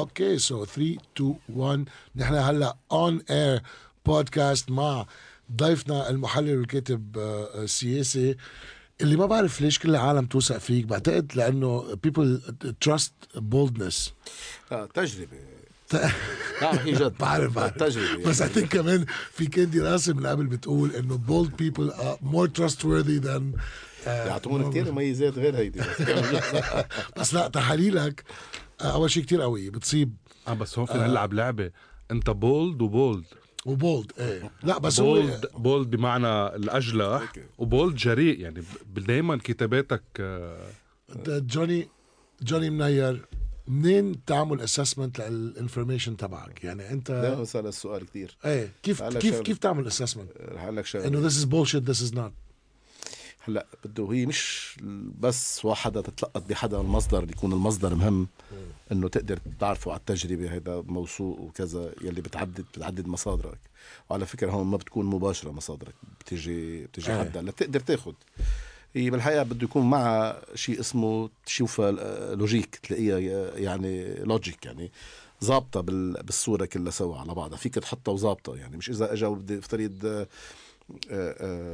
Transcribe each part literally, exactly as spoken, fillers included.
اوكي سو ثلاثة اثنين واحد نحن هلا اون اير بودكاست مع ضيفنا المحلل والكاتب السياسي اللي ما بعرف ليش كل العالم توثق فيك. بعتقد لانه people trust boldness. اه تجربه. لا هي جد بعرف بعرف تجربه بس I think كمان في كان دراسة من قبل بتقول انه bold people are more trustworthy than يعطون كتير مميزات غير هيدي. بس لا تحاليلك اول شيء كتير قوية بتصيب. اه بس هون فينا نلعب لعبة. انت بولد وبولد وبولد ايه لا بس بولد هو بولد بمعنى الأجلح وبولد جريء يعني دايما كتاباتك. جوني جوني منير منين تعمل اسسمنت للانفورميشن تبعك؟ يعني انت لا اسال السؤال كتير ايه كيف كيف شغل. كيف تعمل اسسمنت؟ رح اقول لك شغله انه this is bullshit this is not. هلا بده هي مش بس واحدة تتلقط بحدا المصدر يكون المصدر مهم انه تقدر تعرفه على التجربة هذا موثوق وكذا يلي بتعدد بتعدد مصادرك. وعلى فكرة هون ما بتكون مباشرة مصادرك بتجي بتجي أيه. حدا لتقدر تاخد. هي بالحقيقة بده يكون معها شيء اسمه تشوفها لوجيك تلاقيها يعني لوجيك يعني ضابطة بالصورة كلها سوا على بعضها فيك تحطها وضابطة يعني مش إذا أجا بدي افترض آه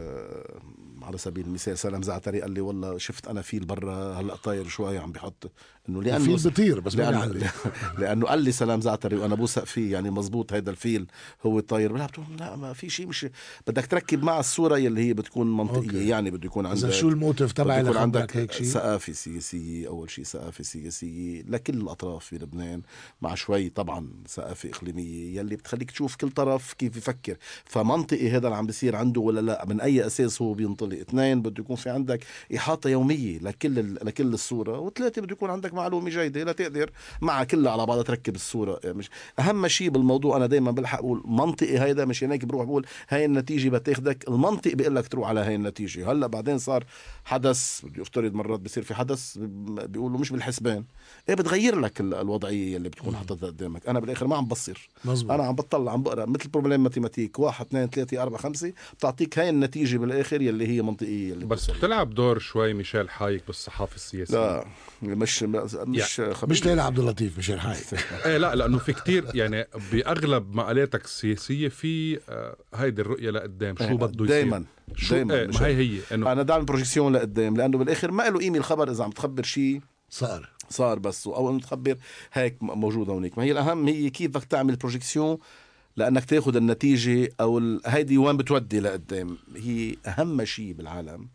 آه على سبيل المثال سلام زعتري قال لي والله شفت أنا فيل برا هلأ طاير شوي عم بيحط إنه لأنه الفيل بيطير بس لأنه, لأنه, لأنه قال لي سلام زعتري وأنا بوثق فيه يعني مزبوط هيدا الفيل هو طاير. لا بتقول لا ما في شيء مش بدك تركب مع الصورة يلي هي بتكون منطقية. أوكي. يعني بده يكون عندك شو الموتيف تبعي يكون عندك هيك شيء ثقافة سياسية أول شيء ثقافة سياسية لكل الأطراف في لبنان مع شوي طبعا ثقافة إقليمية يلي بتخليك تشوف كل طرف كيف يفكر. فمنطقي هذا اللي عم بيصير عنده ولا لا من أي أساس هو بينطلق. اثنين بده يكون في عندك إحاطة يومية لكل لكل الصورة. وثلاثة بده يكون عندك معلومة جيدة لا تقدر مع كلها على بعضها تركب الصورة. يعني مش أهم شيء بالموضوع أنا دايما بلحق أقول منطقي هيدا مش هناك بروح بقول هاي النتيجة بتاخدك المنطق بيقول لك تروح على هاي النتيجة. هلا بعدين صار حدث بدي افترض مرات بيصير في حدث بيقولوا مش بالحسبان ايه بتغير لك الوضعية اللي بتكون حاطتها قدامك. أنا بالآخر ما عم بصير مزبوط. أنا عم بطلع عم بقرأ مثل بروبلم ماتيماتيك واحد اثنين ثلاثة أربعة خمسة بتعطيك هاي النتيجة بالآخر يلي هي منطقية اللي بس بتلعب دور شوي ميشيل حايك بالصحافة السياسية. لا مش مش يعني مش ليلى عبد اللطيف ميشيل حايك. ايه لا لأنه في كتير يعني بأغلب مقالاتك السياسية في آه هيدي الرؤية لقدام شو بده يصير دايما دايما ايه ما هي هي إنه أنا دعم بروجيكسيون لقدام لأنه بالآخر ما له قيمة الخبر إذا عم تخبر شيء صار صار بس أو أنه تخبر هيك موجودة هونيك. ما هي الأهم هي كيف بدك تعمل بروجيكسيون لأنك تاخد النتيجة أو هيدي وين بتودي لقدام. هي أهم شيء بالعالم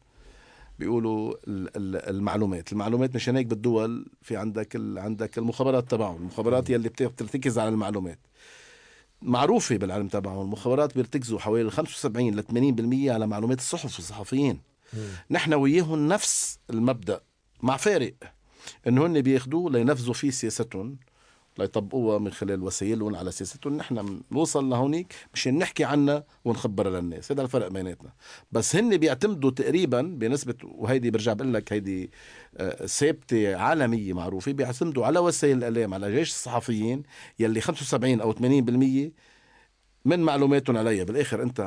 بيقولوا المعلومات. المعلومات مش هناك بالدول في عندك عندك المخابرات تبعهم. المخابرات يلي بترتكز على المعلومات معروفة بالعلم تبعهم. المخابرات بيرتكزوا حوالي خمسة وسبعين ل ثمانين بالمية على معلومات الصحف والصحفيين. نحن وياهم نفس المبدأ مع فارق إنه هن بياخدوه لينفذوا فيه سياستهم ليطبقوها من خلال وسائلهم على سياستهم. نحن نوصل لهونيك مشان نحكي عنها ونخبر للناس. هذا الفرق بيناتنا. بس هن بيعتمدوا تقريبا بنسبة وهيدي برجع بقول لك هيدي ثابتة عالمية معروفة بيعتمدوا على وسائل الإعلام على جيش الصحفيين يلي خمسة وسبعين أو ثمانين بالمية من معلوماتهم عليها. بالآخر أنت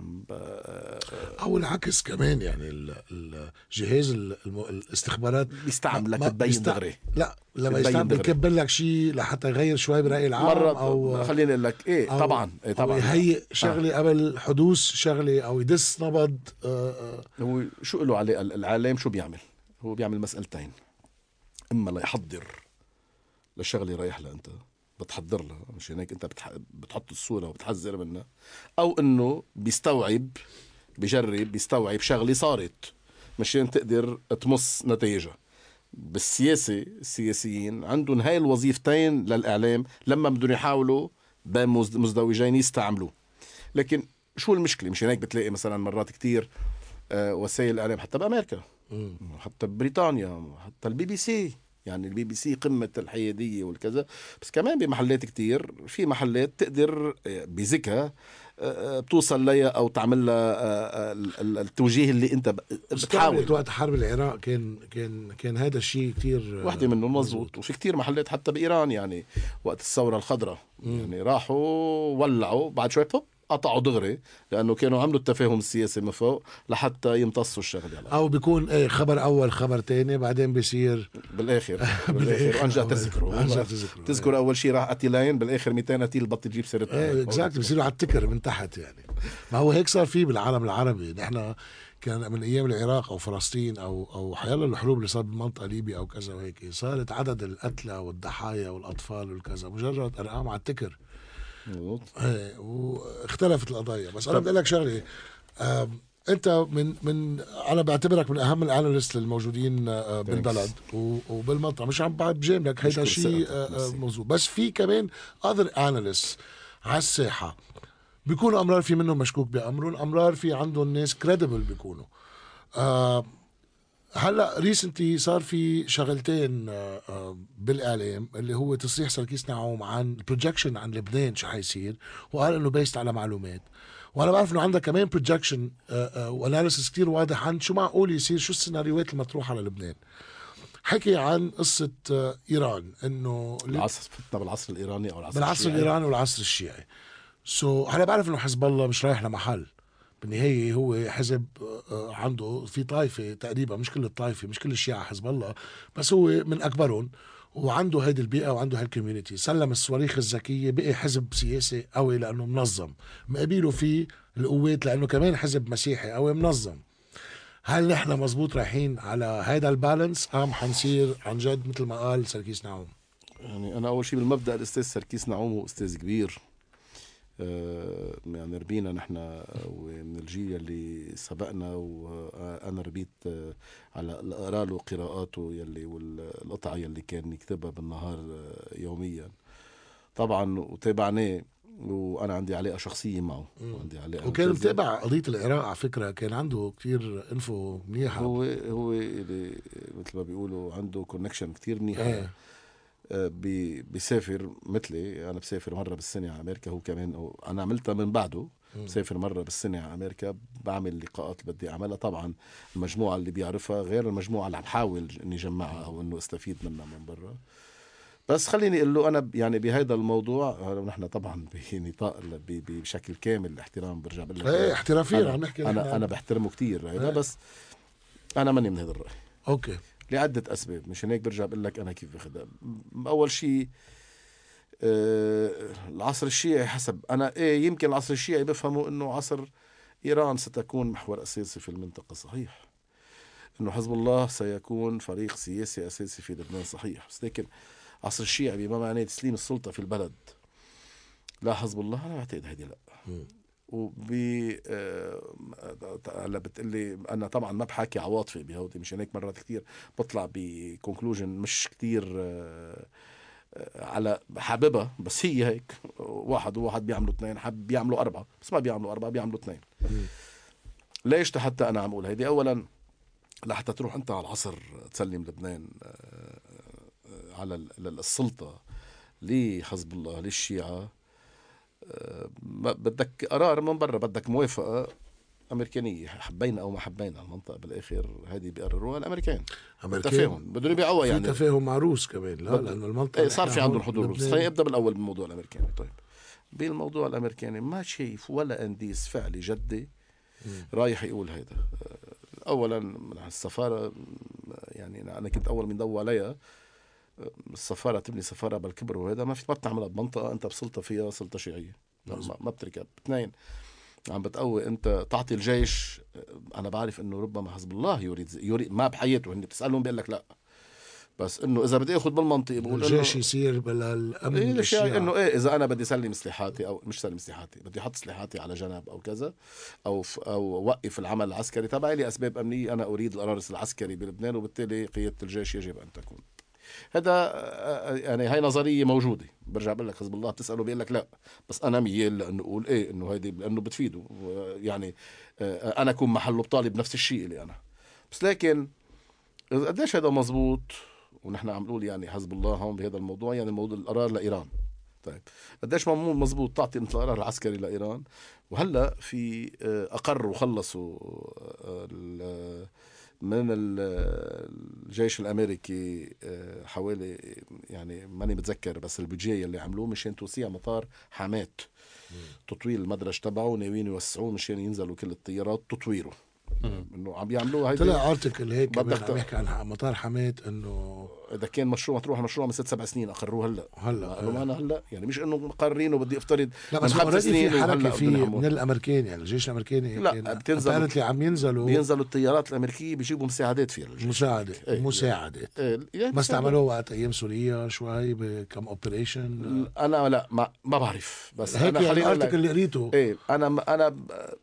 أو العكس كمان يعني الجهاز الاستخبارات بيستعمل لك تبين دغري. لا لما يستعمل يكبر لك شيء لحتى يغير شوي برأي العام مرة أو خليني أقول لك إيه أو طبعا إيه طبعا أو يهيئ شغلة آه. قبل حدوث شغلة أو يدس نبض. آه آه. هو شو له عليه العالم شو بيعمل؟ هو بيعمل مسألتين. إما لا يحضر للشغلة رايح له أنت بتحضر لها مش هناك انت بتح... بتحط الصورة وبتحذر منها. او انه بيستوعب بيجرب بيستوعب شغلة صارت مشان تقدر تمص نتائجها. بالسياسة السياسيين عندهم هاي الوظيفتين للإعلام لما بدهم يحاولوا بين مزدوجين يستعملوا. لكن شو المشكلة؟ مش هناك بتلاقي مثلا مرات كتير آه وسائل الإعلام حتى بأمريكا حتى بريطانيا حتى البي بي سي. يعني البي بي سي قمة الحيادية والكذا. بس كمان بمحلات كتير في محلات تقدر بذكها بتوصل لها أو تعمل لها التوجيه اللي أنت بتحاول. وقت حرب العراق كان كان كان هذا الشيء كتير واحدة منه مزبوط. وفي كتير محلات حتى بإيران يعني وقت الثورة الخضراء يعني راحوا ولعوا بعد شوي بوب قطعوا دغري لانه كانوا عملوا التفاهم السياسي من فوق لحتى يمتصوا الشغله يعني. او بيكون ايه خبر اول خبر تاني بعدين بيصير بالاخر بالاخر وانجا تذكروا تذكر اول شيء راح قتيلين بالاخر مئتين قتيل بطل تجيب سيرتها. ايه اكزاكتلي بيصيروا على التكر من تحت يعني. ما هو هيك صار فيه بالعالم العربي. نحن كان من ايام العراق او فلسطين او او حيلا الحروب اللي صارت بالمنطقه ليبيا او كذا وهيك صارت عدد القتلى والضحايا والاطفال والكذا مجرد ارقام على التكر. ايه واختلفت القضايا. بس انا بدي اقول لك شغله، انت من من انا بعتبرك من اهم الاناليست الموجودين بالبلد وبالمنطقه، مش عم بعد بجاملك هيدا شيء موضوع. بس في كمان اذر اناليست على الساحه بيكونوا امرار في منهم مشكوك بامرهم، امرار في عندهم ناس كريديبل بيكونوا. آه هلا ريسنتلي صار في شغلتين آه آه بالاعلام اللي هو تصريح سركيس نعوم عن البروجكشن عن لبنان شو حيصير، وقال انه بيست على معلومات. وانا بعرف انه عندك كمان بروجكشن واناليسيس كتير واضح عن شو معقول يصير، شو السيناريوهات المطروحه على لبنان. حكي عن قصه آه ايران انه العصر فتنا بالعصر الايراني او العصر بالعصر الشيعي. الايراني والعصر الشيعي. سو so, انا بعرف انه حزب الله مش رايح لمحل بالنهايه، هو حزب عنده في طائفه تقريبا، مش كل الطائفه مش كل الشيعة حزب الله، بس هو من اكبرهم وعنده هيدي البيئه وعنده هالكوميونتي. سلم الصواريخ الذكيه، بقي حزب سياسي قوي لانه منظم، مقابله فيه القوات لانه كمان حزب مسيحي قوي منظم. هل نحن مزبوط رايحين على هيدا البالانس ام حنصير عن جد مثل ما قال سركيس نعوم؟ يعني انا اول شيء بالمبدا الاستاذ سركيس نعوم هو استاذ كبير، آه يعني ربينا نحن ومن الجيل اللي سبقنا، وانا ربيت آه على اقرا له قراءاته يلي والقطع يلي كان يكتبها بالنهار آه يوميا طبعا، وتابعناه وانا عندي علاقه شخصيه معه وعندي علاقه وكان متابع قضيه العراق على فكره، كان عنده كتير انفو منيحه. هو هو اللي مثل ما بيقولوا عنده كونكشن كتير منيحه. ايه. بيسافر مثلي، انا بسافر مره بالسنه على امريكا، هو كمان أو انا عملتها من بعده. بسافر مره بالسنه على امريكا، بعمل لقاءات اللي بدي اعملها. طبعا المجموعه اللي بيعرفها غير المجموعه اللي عم بحاول اني اجمعها او انه استفيد منها من برا. بس خليني اقول له انا يعني بهذا الموضوع نحن طبعا بنطاق بشكل كامل احترام، برجع بقول لك ايه احترافيا عم نحكي. انا انا بحترمه كثير هذا، بس انا ماني من هذا الراي. اوكي. لعدة أسباب، مشان هيك برجع بقول لك أنا كيف باخذها. أول شيء آه العصر الشيعي حسب أنا إيه يمكن العصر الشيعي بفهموا إنه عصر إيران ستكون محور أساسي في المنطقة، صحيح. إنه حزب الله سيكون فريق سياسي أساسي في لبنان، صحيح. بس لكن عصر الشيعي بما معناه تسليم السلطة في البلد لا حزب الله، أنا بعتقد هيدي لا. وبي هلا بتقلي انا طبعا ما بحكي عواطفي بهودي، مشان هيك مرات كتير بطلع بكونكلوجن مش كتير على حاببها، بس هي هيك. واحد وواحد بيعملوا اثنين، حب بيعملوا أربعة، بس ما بيعملوا أربعة، بيعملوا اثنين. ليش حتى أنا عم أقول هيدي؟ أولا لحتى تروح أنت على العصر تسلم لبنان على السلطة لحزب الله للشيعة، بدك قرار من برا، بدك موافقة أمريكانية، حبينا أو ما حبينا. المنطقة بالآخر هذه بيقرروها الأمريكان. تفاهم بدون يبيعوها يعني. تفاهم مع روس كمان، لا بد... لأنه المنطقة ايه صار في عندهم حضور روس. خلينا نبدأ بالأول بالموضوع الأمريكاني. طيب بالموضوع الأمريكاني ما شايف ولا أنديس فعلي جدي رايح يقول هيدا. أولا السفارة، يعني أنا كنت أول من ضوى عليها السفارة تبني سفارة بالكبر، وهذا ما في ما بتعملها بمنطقة أنت بسلطة فيها سلطة شيعية، ما, ما بتركب. اثنين عم بتقوي أنت تعطي الجيش. أنا بعرف إنه ربما حزب الله يريد يريد ما بحياته، هن بتسألهم بيقول لك لا، بس إنه إذا بدي أخذ بالمنطقة بقول الجيش يصير بالأمن إيه الشيعي، إنه إيه إذا أنا بدي سلم سلاحاتي أو مش سلم سلاحاتي، بدي أحط سلاحاتي على جنب أو كذا، أو أو وقف العمل العسكري تبعي لأسباب أمنية، أنا أريد القرار العسكري بلبنان، وبالتالي قيادة الجيش يجب أن تكون. هذا يعني هاي نظرية موجودة. برجع بقول لك حزب الله بتسأله بيقول لك لا، بس أنا ميال لأنه أقول إيه إنه هيدي لأنه بتفيده، يعني أنا أكون محله بطالب نفس الشيء اللي أنا. بس لكن قديش هذا مزبوط؟ ونحن عم نقول يعني حزب الله هون بهذا الموضوع، يعني الموضوع القرار لإيران. طيب قديش مضمون مزبوط تعطي أنت القرار العسكري لإيران؟ وهلأ في أقر وخلصوا من الجيش الامريكي حوالي يعني ماني متذكر بس البودجي اللي عملوه مشان توسيع مطار حمات تطوير المدرج تبعه ناويين يوسعوه مشان ينزلوا كل الطيارات تطويره انه عم يعملوه هيدا طلع ارتكل هيك كمان بدك عم يحكي عن مطار حماة انه اذا كان مشروع تروح المشروع من ست سبع سنين اقروه هلا هلا قالوا معنا هلا يعني مش انه مقررين وبدي افترض لا بس من خمس اوريدي سنين في حركه وهلأ في بدنا نعمل. من الامريكان يعني الجيش الامريكاني لا بتنزل اللي عم ينزلوا بينزلوا الطيارات الامريكيه بيجيبوا مساعدات فيها للجيش. مساعده ايه مساعده ايه يعني ما استعملوه وقت ايام سوريا شوي بكم اوبريشن انا لا ما, ما بعرف بس هيك انا يعني خليني الارتكل اللي قريته ايه انا انا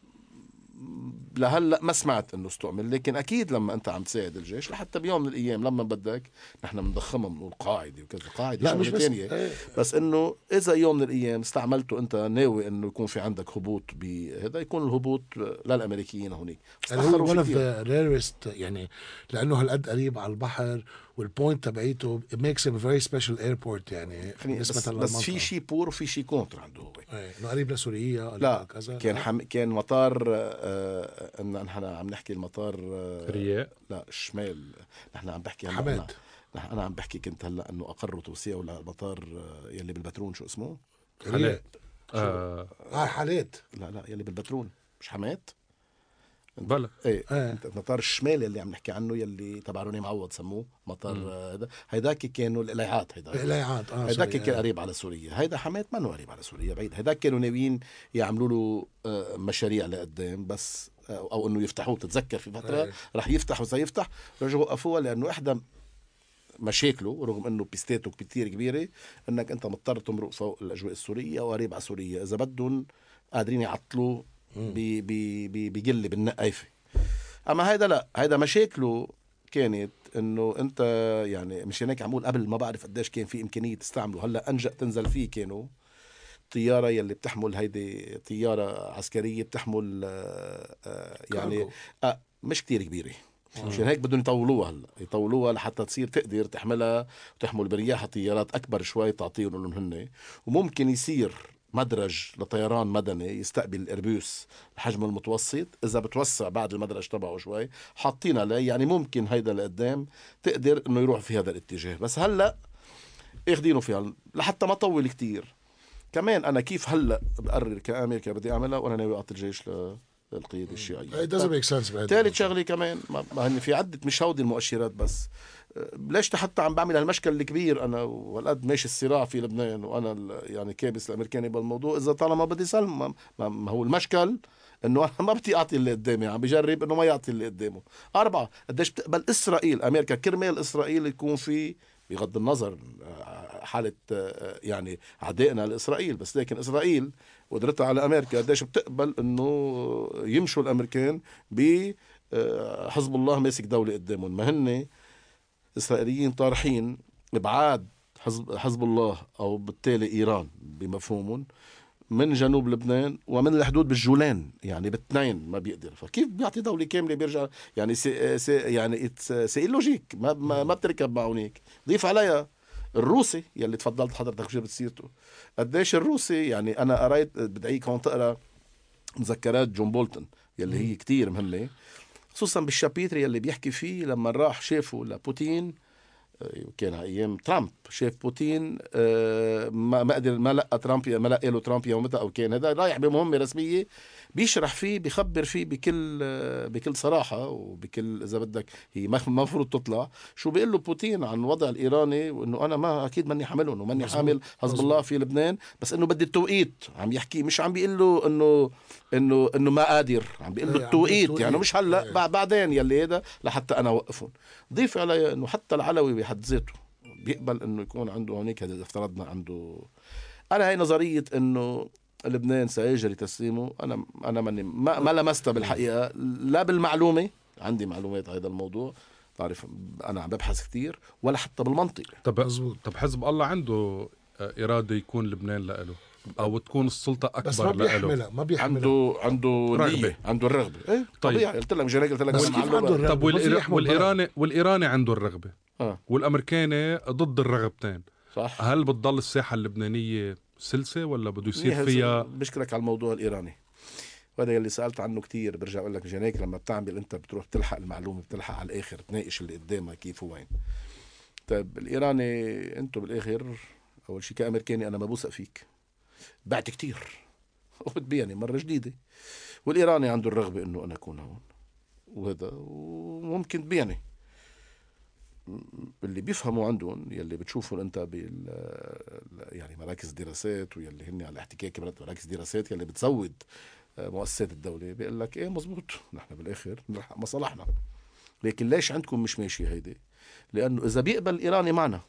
لهلا ما سمعت انه استعمل لكن اكيد لما انت عم تساعد الجيش لحتى بيوم من الايام لما بدك نحن بنضخمها بنقول قاعده وكذا قاعده لا مش بس ثانيه ايه. بس انه اذا يوم من الايام استعملته انت ناوي انه يكون في عندك هبوط بهذا يكون الهبوط للامريكيين هونيك يعني هو one of the rarest يعني لانه هالقد قريب على البحر والبوينت تبعيته makes him a very special airport يعني بس, بس في شيء بور وفي شيء كونتر عنده هو ايه انه قريب لسوريا لا كذا كان حم... كان مطار آه ان نحن عم نحكي المطار آه رياء لا الشمال نحن عم بحكي حماد نحن انا عم بحكي كنت هلا انه اقروا توسيعه للمطار آه يلي بالبترون شو اسمه حالات اه, آه حالات لا لا يلي بالبترون مش حماد بلا ايه آه. المطار الشمالي اللي عم نحكي عنه يلي تبع روني معوض سموه مطار هذا هيداك كانوا القلايعات هيدا القلايعات اه هيداك كان قريب على سوريا هيدا حماد ما هو قريب على سوريا بعيد هيداك كانوا ناويين يعملوا له آه مشاريع لقدام بس آه او انه يفتحوه تتذكر في فتره آه. راح يفتح وسيفتح رجعوا وقفوها لانه احدى مشاكله رغم انه بيستاته كتير كبيره انك انت مضطر تمرق فوق الاجواء السوريه وقريب على سوريا اذا بدهم قادرين يعطلوا بقل بالنقايفه اما هيدا لا هيدا مشاكله كانت انه انت يعني مش هيك عمول قبل ما بعرف قديش كان في امكانيه تستعمله هلا انجأ تنزل فيه كانوا طياره يلي بتحمل هيدي طياره عسكريه بتحمل آآ آآ يعني آه مش كتير كبيره مشان هيك بدهم يطولوها هلا يطولوها لحتى تصير تقدر تحملها وتحمل برياحها طيارات اكبر شوي تعطيهم لهم هن وممكن يصير مدرج لطيران مدني يستقبل الإيربوس الحجم المتوسط إذا بتوسع بعد المدرج تبعه شوي حاطين عليه يعني ممكن هيدا لقدام تقدر إنه يروح في هذا الاتجاه بس هلأ اخدينه فيها لحتى ما طول كتير كمان أنا كيف هلأ بقرر كأمريكا بدي أعملها وأنا ناوي أعطي الجيش للقيادة الشيعية it doesn't make sense ثالث شغلة كمان ما هن في عدة مش هودي المؤشرات بس ليش حتى عم بعمل هالمشكل الكبير انا والقد ماشي الصراع في لبنان وانا يعني كابس الامريكاني بالموضوع اذا طالما بدي سلم ما هو المشكل انه انا ما بدي اعطي اللي قدامي عم بجرب انه ما يعطي اللي قدامه اربعه قديش بتقبل اسرائيل امريكا كرمال اسرائيل يكون في بغض النظر حاله يعني عدائنا لاسرائيل بس لكن اسرائيل قدرتها على امريكا قديش بتقبل انه يمشوا الامريكان بحزب الله ماسك دوله قدامهم ما هن إسرائيليين طارحين إبعاد حزب, حزب الله أو بالتالي إيران بمفهومهم من جنوب لبنان ومن الحدود بالجولان يعني بالاثنين ما بيقدر فكيف بيعطي دولة كاملة بيرجع يعني سي سي يعني سي لوجيك ما ما, ما بتركب معه هيك ضيف عليها الروسي يلي تفضلت حضرتك جبت سيرته قديش الروسي يعني أنا قريت بدعيك هون تقرأ مذكرات جون بولتون يلي هي كتير مهمة خصوصا بالشابيتر يلي بيحكي فيه لما راح شافه لبوتين كان ايام ترامب شاف بوتين ما ما قدر ما لقى ترامب ما لقى له ترامب يومتها او كان هذا رايح بمهمه رسميه بيشرح فيه بيخبر فيه بكل بكل صراحه وبكل اذا بدك هي ما المفروض تطلع شو بيقول له بوتين عن الوضع الايراني وانه انا ما اكيد ماني حاملهم وماني حامل حزب الله في لبنان بس انه بدي التوقيت عم يحكي مش عم بيقول له انه انه انه ما قادر عم بيقول له التوقيت يعني مش هلا بعدين يلي هذا لحتى انا اوقفهم ضيف علي انه حتى العلوي بحد ذاته بيقبل انه يكون عنده هونيك هذا افترضنا عنده انا هاي نظريه انه لبنان سيجري تسليمه انا انا ماني ما, ما لمستها بالحقيقه لا بالمعلومه عندي معلومات هذا الموضوع تعرف انا عم ببحث كتير ولا حتى بالمنطق طب طب حزب الله عنده اراده يكون لبنان لإله او تكون السلطه اكبر بس ما بيحملها ما بيحملها عنده عنده رغبه عنده الرغبه ايه طبيعي طيب. قلت لك مش قلت لك بس كيف عنده الرغبه طب والإيراني والإيراني والإيراني عنده الرغبه آه. والامريكاني ضد الرغبتين صح هل بتضل الساحه اللبنانيه سلسه ولا بده يصير فيها بشكرك على الموضوع الايراني وهذا اللي سألت عنه كتير. برجع أقول لك مشان هيك لما بتعمل أنت بتروح بتلحق المعلومة، بتلحق على الآخر تناقش اللي قدامك كيف وين. طيب الإيراني أنتوا بالآخر أول شيء كأمريكاني أنا ما بوثق فيك، بعت كتير وبتبيعني مرة جديدة، والإيراني عنده الرغبة إنه أنا أكون هون وهذا، وممكن تبيعني. اللي بيفهموا عندهم يلي بتشوفوا انت بال يعني مراكز دراسات ويلي هن على احتكاك مراكز دراسات يلي بتزود مؤسسات الدولة، بيقول لك ايه مزبوط نحن بالاخر نلحق مصالحنا. لكن ليش عندكم مش ماشي هيدي؟ لانه اذا بيقبل الايراني معنا،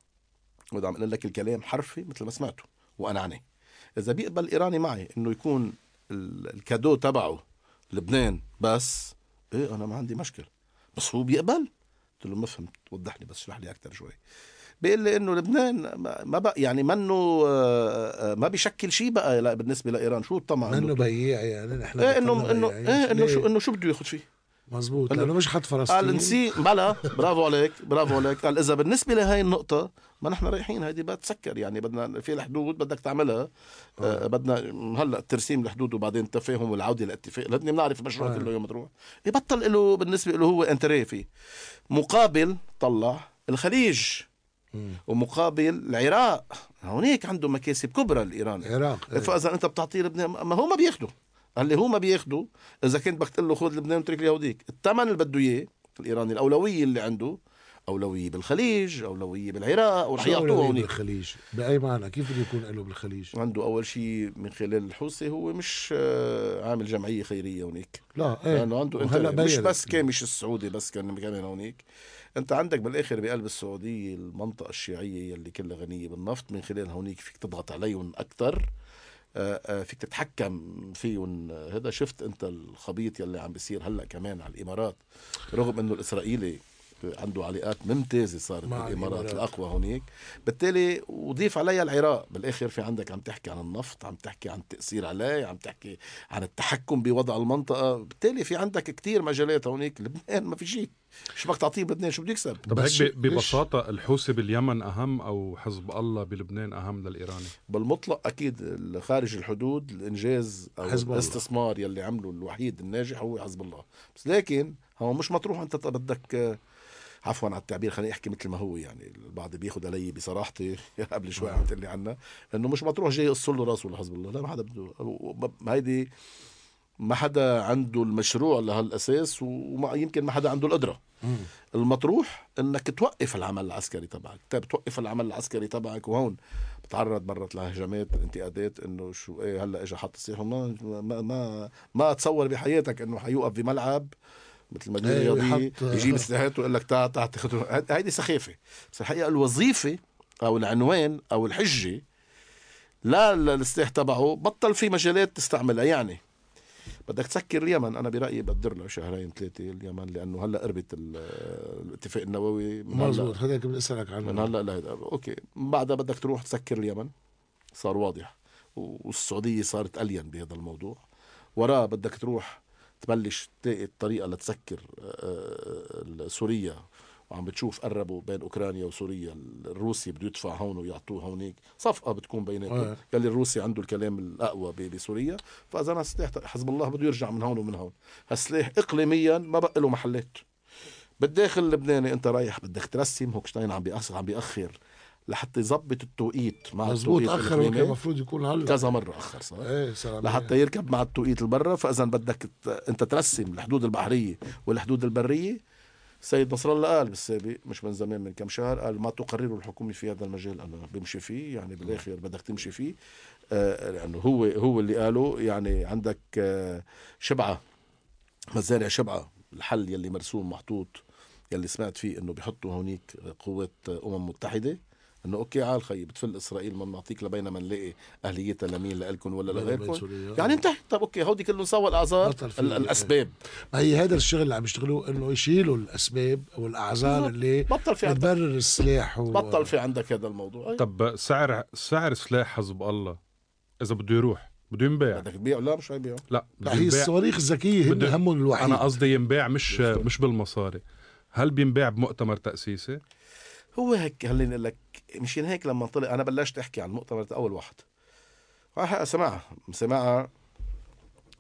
وده عم اقول لك الكلام حرفي مثل ما سمعته وانا عني، اذا بيقبل الايراني معي انه يكون الكادو تبعه لبنان بس، ايه انا ما عندي مشكلة، بس هو بيقبل. قلت له ما فهمت، وضح لي بس، اشرح لي اكثر شوي. بيقول لي انه لبنان ما بقى يعني منه ما بيشكل شيء بقى لا بالنسبه لايران. شو الطمع منه بياع يعني نحن ايه انه انه ايه انه شو انه شو بده ياخذ فيه. مزبوط لانه مش حد فلسطين. قال نسي بلا برافو عليك برافو عليك. قال اذا بالنسبه لهي النقطه ما نحن رايحين، هيدي بتسكر يعني بدنا في الحدود بدك تعملها. آه بدنا هلا ترسيم الحدود وبعدين التفاهم والعوده للاتفاق، لازم نعرف المشروع كله يوم تروح يبطل له بالنسبه له هو انتريه فيه. مقابل طلع الخليج م. ومقابل العراق، هونيك عنده مكاسب كبرى الايران العراق. فاذا انت بتعطيه لبنان ما هو ما بياخده، اللي هو ما بياخده. اذا كنت بدك تقول له خذ لبنان وترك لي هوديك، الثمن اللي بده اياه الايراني الاولويه اللي عنده اولويه بالخليج، اولويه بالعراق، ورح يعطوه هونيك. بالخليج باي معنى؟ كيف بده يكون له بالخليج؟ عنده اول شيء من خلال الحوثي هو مش عامل جمعيه خيريه هونيك، لا ايه لانه عنده انت مش بس كامش السعودي بس كان كمان هونيك. انت عندك بالاخر بقلب السعوديه المنطقه الشيعيه اللي كلها غنيه بالنفط، من خلال هونيك فيك تضغط عليهم اكثر، فيك تتحكم فيهم. هذا شفت انت الخبيط يلي عم بيصير هلا كمان على الامارات، رغم انه الاسرائيلي عنده علاقات ممتازه صارت مع الامارات الاقوى هونيك. بالتالي وضيف عليها العراق، بالاخر في عندك عم تحكي عن النفط، عم تحكي عن التاثير عليه، عم تحكي عن التحكم بوضع المنطقه. بالتالي في عندك كتير مجالات هونيك. لبنان ما في شيء، شو بدك تعطيه بلبنان؟ شو بده يكسب؟ طب هيك ببساطه الحوثي باليمن اهم او حزب الله بلبنان اهم للايراني؟ بالمطلق اكيد خارج الحدود الانجاز او الاستثمار يلي عمله الوحيد الناجح هو حزب الله. بس لكن هو مش مطروح انت بدك، عفوا على التعبير خليني احكي مثل ما هو، يعني البعض بياخد علي بصراحتي قبل شوي عم تقلي عنها انه مش مطروح جاي يقص له راسه لحزب الله. لا ما حدا بده، هيدي ما حدا عنده المشروع لهالاساس، وما يمكن ما حدا عنده القدره. مم. المطروح انك توقف العمل العسكري تبعك، بتوقف العمل العسكري تبعك، وهون بتعرض مرات لهجمات انتقادات انه شو ايه هلا اجى حط السلاح. ما ما ما, ما اتصور بحياتك انه حيوقف بملعب مثل ما دير رياضية يجيب سلاحاته ويقول لك تعال تعال تاخذ. هيدي سخافة. بس الحقيقة الوظيفة أو العنوان أو الحجة لا السلاح تبعه بطل في مجالات تستعملها. يعني بدك تسكر اليمن، أنا برأيي بدر له شهرين ثلاثة اليمن، لأنه هلا قربت الاتفاق النووي. مظبوط، هذا كنت أسألك عنه من هلا لا أوكي. بعدها بدك تروح تسكر اليمن، صار واضح، والسعودية صارت ألين بهذا الموضوع. وراه بدك تروح تبلش تلاقي الطريقة لتسكر سوريا، وعم بتشوف قربوا بين أوكرانيا وسوريا. الروسي بده يدفع هون ويعطوه هونيك، صفقة بتكون بيناتهم. يلي الروسي عنده الكلام الأقوى بسوريا، فإذا أنا سلاح حزب الله بده يرجع من هون ومن هون. هالسلاح إقليميا ما بقى له محلات. بالداخل اللبناني أنت رايح بدك ترسم هوكشتاين عم بيأخر عم بيأخر لحتى يظبط التوقيت مع التوقيت أخر وكان المفروض يكون هلا كذا مرة أخر صح؟ ايه لحتى يركب مع التوقيت البرة. فإذا بدك أنت ترسم الحدود البحرية والحدود البرية. سيد نصر الله قال بالسابق مش من زمان من كم شهر، قال ما تقرره الحكومة في هذا المجال أنا بمشي فيه. يعني بالآخر بدك تمشي فيه، آه لأنه هو هو اللي قاله. يعني عندك آه شبعة مزارع شبعة، الحل يلي مرسوم محطوط يلي سمعت فيه إنه بيحطوا هونيك قوات أمم متحدة، انه اوكي عال خي بتفل اسرائيل ما بنعطيك لبينا ما نلاقي اهليتها لمين لكم ولا لغيركم. يعني انت طب اوكي هودي كلهم سوا الاعذار الاسباب. ما هي هذا الشغل اللي عم يشتغلوه، انه يشيلوا الاسباب او الاعذار اللي بطل في بتبرر السلاح و... بطل في عندك هذا الموضوع. أي. طب سعر سعر سلاح حزب الله اذا بده يروح بده ينباع؟ بدك تبيعه؟ لا مش هيبيعه. لا, لا هي الصواريخ الذكيه هن همهم الوحيد. انا قصدي ينباع مش بيفتر. مش بالمصاري. هل بينباع بمؤتمر تأسيسي؟ هو هيك خليني اقول لك، مشان هيك لما طلع انا بلشت احكي عن المؤتمر اول واحد سمعها سمعها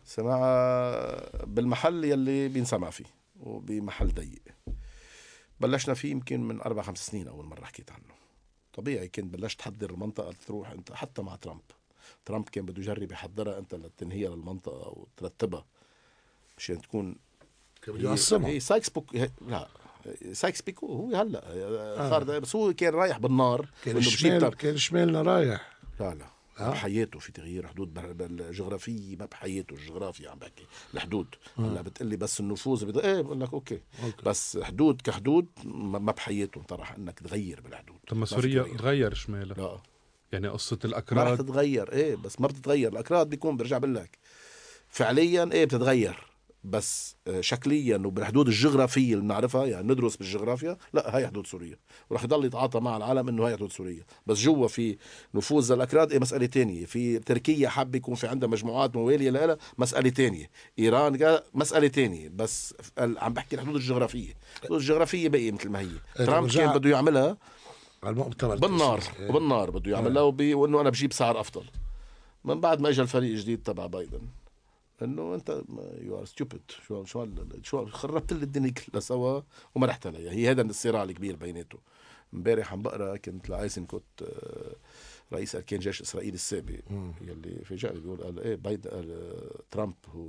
سماعة بالمحل يلي بينسمع فيه وبمحل ضيق. بلشنا فيه يمكن من أربع خمس سنين أول مرة حكيت عنه. طبيعي كنت بلشت تحضر المنطقة تروح أنت، حتى مع ترامب ترامب كان بده يجرب يحضرها أنت لتنهيها للمنطقة وترتبها مشان تكون كان بده يقسمها. هي سايكس بوك لا سايكس بيكو هو هلا صار، بس هو كان رايح بالنار. كان شمال كان شمالنا رايح. لا لا آه. بحياته في تغيير حدود الجغرافية، ما بحياته الجغرافيا عم بحكي الحدود. هلا بتقلي بس النفوذ بد... ايه بقول لك أوكي. اوكي بس حدود كحدود ما بحياته طرح انك تغير بالحدود. طب ما سوريا تغير شمالها. لا يعني قصة ما الأكراد رح تتغير. ايه بس ما بتتغير الأكراد بيكون برجع بقول لك فعليا ايه بتتغير، بس شكليا وبالحدود الجغرافية اللي بنعرفها يعني ندرس بالجغرافيا لا هاي حدود سوريا، ورح يضل يتعاطى مع العالم انه هاي حدود سوريا. بس جوا في نفوذ الأكراد ايه مسألة تانية. في تركيا حب يكون في عندها مجموعات موالية لها مسألة تانية. إيران مسألة تانية. بس عم بحكي الحدود الجغرافية. الحدود الجغرافية بقي مثل ما هي. ترامب كان بده يعملها بالنار وبالنار بده يعملها وبي... وانه انا بجيب سعر افضل. من بعد ما اجى الفريق الجديد تبع بايدن انه انت يو ار ستوبid، شو شو شو خربت لي الدنيا كلها سوا وما رحت عليها. هي هذا الصراع الكبير بيناتهم. امبارح عم بقرا كنت لايزنكوت رئيس اركان جيش اسرائيل السابق يلي فاجئني بيقول قال ايه بايدن ترامب هو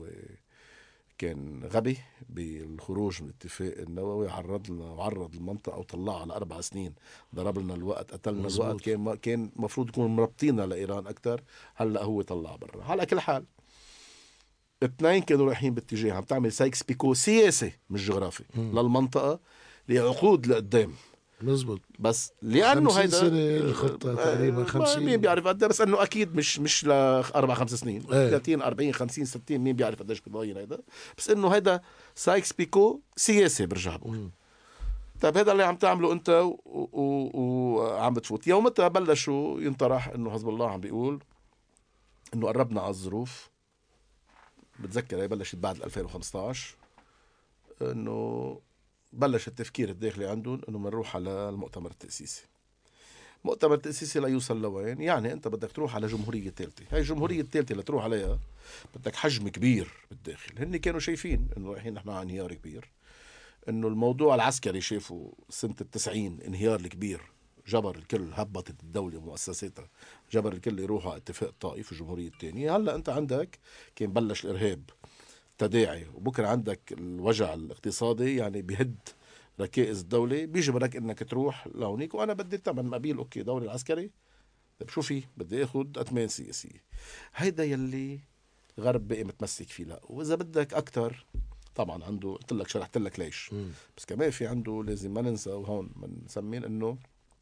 كان غبي بالخروج من الاتفاق النووي، عرض لنا وعرض المنطقه او طلعها على اربع سنين، ضرب لنا الوقت، قتلنا مزبوط. الوقت كان كان المفروض يكون مربطيننا لايران اكثر. هلا هو طلع برا. على كل حال اثنين كانوا رايحين باتجاه عم تعمل سايكس بيكو سياسي مش جغرافي م. للمنطقه لعقود لقدام. مزبوط. بس لانه هيدا الخطه تقريبا خمسين مين بيعرف قد، بس انه اكيد مش مش لاربع خمس سنين ايه. ثلاثين أربعين خمسين ستين مين بيعرف قديش بضاين هيدا. بس انه هيدا سايكس بيكو سياسي برجع بقول. طيب هذا اللي عم تعمله انت وعم بتفوت. يومتها بلشوا ينطرح انه حزب الله عم بيقول انه قربنا على الظروف. بتذكر هي بلشت بعد ألفين وخمسطعش انه بلش التفكير الداخلي عندهم انه بنروح على المؤتمر التأسيسي. مؤتمر التأسيسي لا يوصل لوين؟ يعني انت بدك تروح على جمهورية ثالثة. هاي الجمهورية الثالثة اللي تروح عليها بدك حجم كبير بالداخل. هن كانوا شايفين انه رايحين نحن على انهيار كبير، انه الموضوع العسكري شافوا سنة التسعين انهيار الكبير، جبر الكل، هبطت الدولة ومؤسساتها، جبر الكل يروحوا على اتفاق الطائف الجمهورية الثانية. هلا انت عندك كان بلش الارهاب تداعي، وبكره عندك الوجع الاقتصادي يعني بيهد ركائز الدولة، بيجبرك انك تروح لهونيك. وانا بدي ثمن مقابل اوكي دوري العسكري، طيب شو في بدي اخذ اثمان سياسية. هيدا يلي الغرب بقي متمسك فيه. لا واذا بدك اكتر طبعا عنده، قلت لك شرحت لك ليش م. بس كمان في عنده لازم ما ننسى وهون بنسمين انه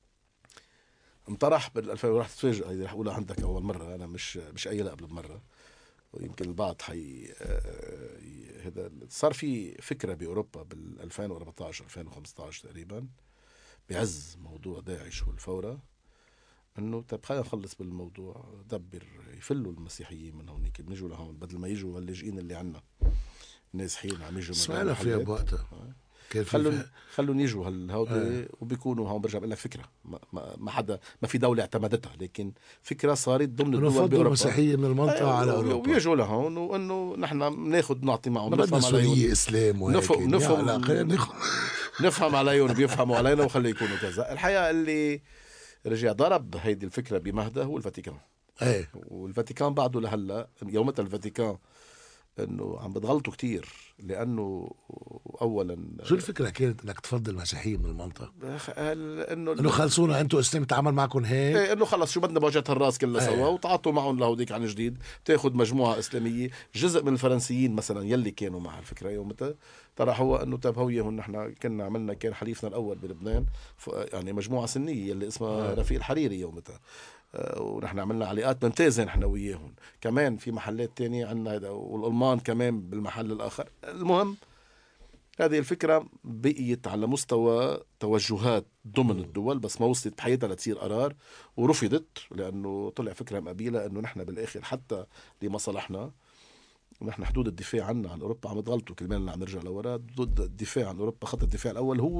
انطرح بال ألفين وراح تتفاجئ. هيدي رح اقولها عندك اول مرة، انا مش مش قايلها قبل بمرة ويمكن البعض حي هذا. صار في فكرة بأوروبا بال ألفين وأربعطعش ألفين وخمسطعش تقريبا بعز موضوع داعش والفورة، انه طيب خلينا نخلص بالموضوع، دبر يفلوا المسيحيين من هونيك بنيجوا لهون بدل ما يجوا اللاجئين اللي عنا نازحين عم يجوا. سمعنا فيها بوقتها خلون خلون يجوا هالهودي وبيكونوا هون. برجع بقول لك فكره ما, ما, ما حدا ما في دوله اعتمدتها، لكن فكره صارت ضمن الدول باوروبا المسيحيه من المنطقه على اوروبا وبيجوا لهون، وانه نحن بناخذ نعطي معهم، نفهم عليهم اسلام نفهم نفهم نفهم عليهم بيفهموا علينا وخلي يكونوا كذا. الحقيقه اللي رجع ضرب هيدي الفكره بمهدها هو الفاتيكان. ايه والفاتيكان بعده لهلا يومتها الفاتيكان انه عم بتغلطوا كتير، لانه اولا شو الفكره كانت انك تفضل المسيحيين من المنطقه؟ انه انه خلصونا انتم اسلام تعامل معكم هيك، ايه انه خلص شو بدنا بوجهة الراس كلها سوا. ايه. وتعاطوا معهم لهوديك عن جديد، تاخذ مجموعه اسلاميه. جزء من الفرنسيين مثلا يلي كانوا مع الفكره يومتها ترى هو انه طيب هويهم نحن كنا عملنا كان حليفنا الاول بلبنان يعني مجموعه سنيه يلي اسمها اه. رفيق الحريري يومتها، ونحن عملنا علاقات ممتازة نحن وياهم. كمان في محلات تانية عنا هذا، والألمان كمان بالمحل الآخر. المهم هذه الفكرة بقيت على مستوى توجهات ضمن الدول، بس ما وصلت بحياتها لتصير قرار، ورفضت لأنه طلع فكرة مقابلة أنه نحن بالآخر حتى لمصالحنا نحن حدود الدفاع عنا عن أوروبا عم تغلطوا كلمان اللي عم نرجع لورا. ضد الدفاع عن أوروبا خط الدفاع الأول هو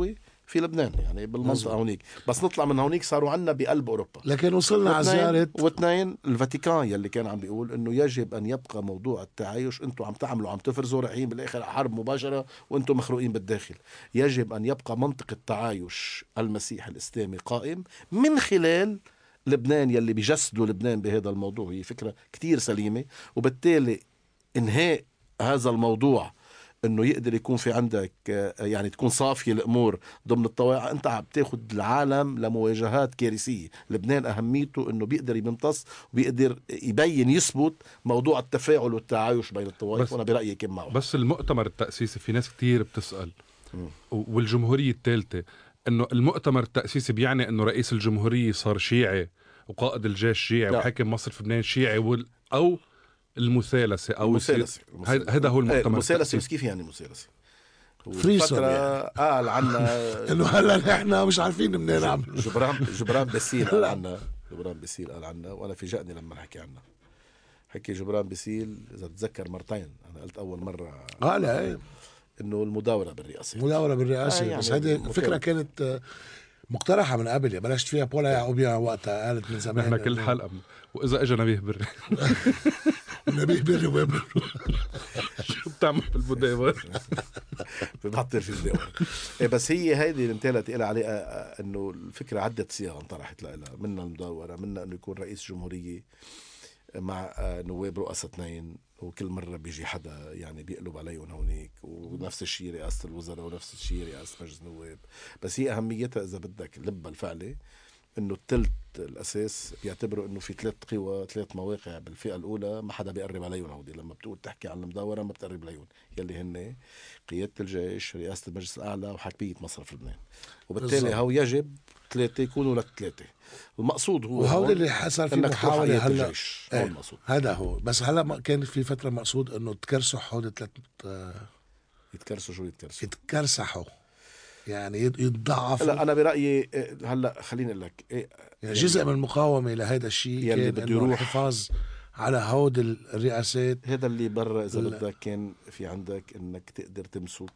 في لبنان يعني بالمنطقة هونيك، بس نطلع من هونيك صاروا عنا بقلب أوروبا. لكن وصلنا على واثنين, زيارة واثنين الفاتيكان يلي كان عم بيقول إنه يجب أن يبقى موضوع التعايش. أنتوا عم تعملوا عم تفرزوا رايحين بالآخر حرب مباشرة وأنتوا مخروقين بالداخل. يجب أن يبقى منطق التعايش المسيحي الإسلامي قائم من خلال لبنان يلي بيجسدوا لبنان بهذا الموضوع. هي فكرة كتير سليمة، وبالتالي إنهاء هذا الموضوع انه يقدر يكون في عندك يعني تكون صافية الامور ضمن الطواعي. انت عم تاخد العالم لمواجهات كارثية. لبنان اهميته انه بيقدر يمتص وبيقدر يبين يثبت موضوع التفاعل والتعايش بين الطوائف، وانا برأيي كم معه. بس المؤتمر التأسيسي في ناس كتير بتسأل م. والجمهورية الثالثة انه المؤتمر التأسيسي بيعني انه رئيس الجمهورية صار شيعي وقائد الجيش شيعي لا. وحاكم مصر في لبنان شيعي وال... او المثالثة او المثالثة هذا هو المؤتمر المثالثة. بس كيف يعني المثالثة؟ فريسون يعني. قال عنا انه هلا نحن مش عارفين منين نعمل. جبران جبران باسيل قال عنا جبران باسيل قال عنا وانا فاجأني لما حكي عنا. حكي جبران باسيل اذا تتذكر مرتين، انا قلت اول مرة اه لا انه المداورة بالرئاسة مداورة بالرئاسة آه يعني بس هذه الفكرة كانت مقترحة من قبل، بلشت فيها بولا يعقوبيان وقتها، قالت من زمان نحن كل حلقة واذا اجى نبيه بري نبيه بري وين شو بتعمل بالمداورة؟ بتحضر في المداورة. بس هي هيدي المثالة تقول عليها انه الفكرة عدة صيغ انطرحت لها، منها المداورة، منها انه يكون رئيس جمهورية مع نواب رؤساء اثنين، وكل مرة بيجي حدا يعني بيقلب عليهم هونيك، ونفس الشيء رئاسة الوزراء ونفس الشيء رئاسة مجلس النواب. بس هي أهميتها إذا بدك لبها الفعلي إنه الثلث الأساس بيعتبروا إنه في ثلاث قوى ثلاث مواقع بالفئة الأولى ما حدا بيقرب عليهم. هودي لما بتقول تحكي عن المداورة ما بتقرب عليهم، يلي هن قيادة الجيش، رئاسة المجلس الأعلى، وحاكمية مصرف لبنان. وبالتالي هو يجب ثلاثة يكونوا للثلاثة. المقصود هو وهذا اللي حصل في محاولة هلا ايه هذا هو. بس هلا كان في فترة مقصود انه تكرسح هود ثلاث يتكرسوا. شو يتكرسوا؟ يتكرسحوا يعني يتضعفوا. لا انا برأيي هلا خليني اقول لك إيه يعني جزء من المقاومة لهذا الشيء كان بده يروح الحفاظ على هود الرئاسات. هذا اللي برا اذا بدك كان في عندك انك تقدر تمسك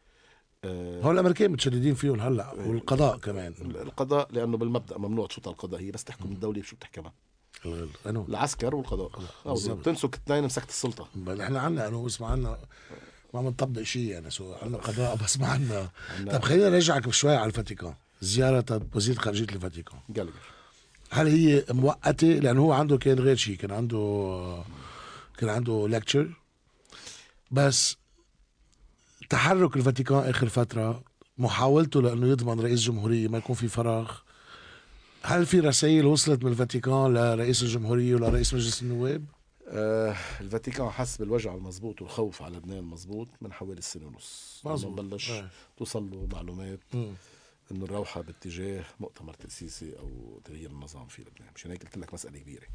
هو الامريكان متشددين فيهم هلا، والقضاء كمان. القضاء لانه بالمبدا ممنوع السلطه القضائيه، بس تحكم الدوله بشو بتحكمها؟ العسكر والقضاء. تمسك اثنين مسكت السلطه. احنا عنا انه اسمع عنا ما بنطبق شيء يعني، سو عنا قضاء بس ما عنا. طب خلينا نرجعك شوي على الفاتيكان. زياره وزير خارجيه الفاتيكان جالجر، هل هي مؤقته؟ لانه هو عنده كان غير شيء، كان عنده كان عنده ليكتشر. بس تحرك الفاتيكان آخر فترة، محاولته لأنه يضمن رئيس جمهورية ما يكون في فراغ، هل في رسائل وصلت من الفاتيكان لرئيس الجمهورية ولا رئيس مجلس النواب؟ آه الفاتيكان حس بالوجع المضبوط والخوف على لبنان المضبوط من حوالي السنة ونص. مظبوط. بلش آه. توصل له معلومات م. إنه الروحة باتجاه مؤتمر تأسيسي أو تغيير النظام في لبنان. مشان هيك قلت لك مسألة كبيرة.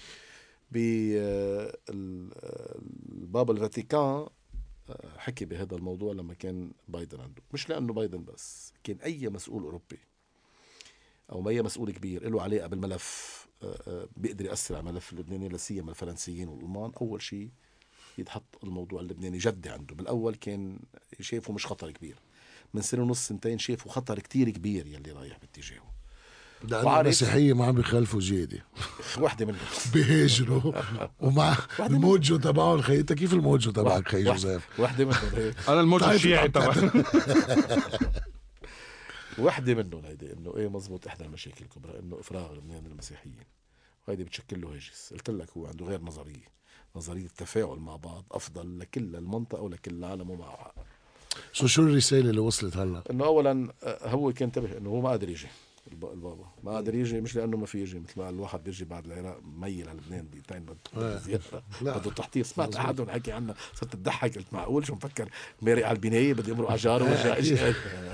بالبابا الفاتيكان حكي بهذا الموضوع لما كان بايدن عنده، مش لأنه بايدن بس، كان أي مسؤول أوروبي أو أي مسؤول كبير له علاقة بالملف بيقدر يأثر على الملف اللبناني، لا سيما الفرنسيين والألمان. أول شيء يتحط الموضوع اللبناني جدي عنده. بالأول كان شايفه مش خطر كبير، من سنة ونص سنتين شايفه خطر كتير كبير يلي رايح باتجاهه. ده المسيحية ما عم بيخالفوا زيادة واحدة منهم بيهجروا ومع الموجو تبعهم. خي انت كيف الموجو تبعك خي جوزيف؟ واحدة منهم أنا الموجو الشيعي تبعي واحدة منهم هيدي إنه إيه مزبوط. إحدى المشاكل الكبرى إنه إفراغ لبنان المسيحيين، وهيدي بتشكل له هاجس. قلت لك هو عنده غير نظرية، نظرية التفاعل مع بعض أفضل لكل المنطقة ولكل العالم ومعها. شو شو الرسالة اللي وصلت هلا؟ إنه أولا هو كان انتبه إنه هو ما قادر يجي البابا، ما قادر يجي، مش لانه ما في يجي مثل ما الواحد بيجي بعد العراق ميل على لبنان بيتين بده زياره بده تحضير. سمعت احدهم حكي عنها صرت تضحك، قلت معقول شو مفكر ماري على البنايه بده يمرق على جاره ورجع اجى.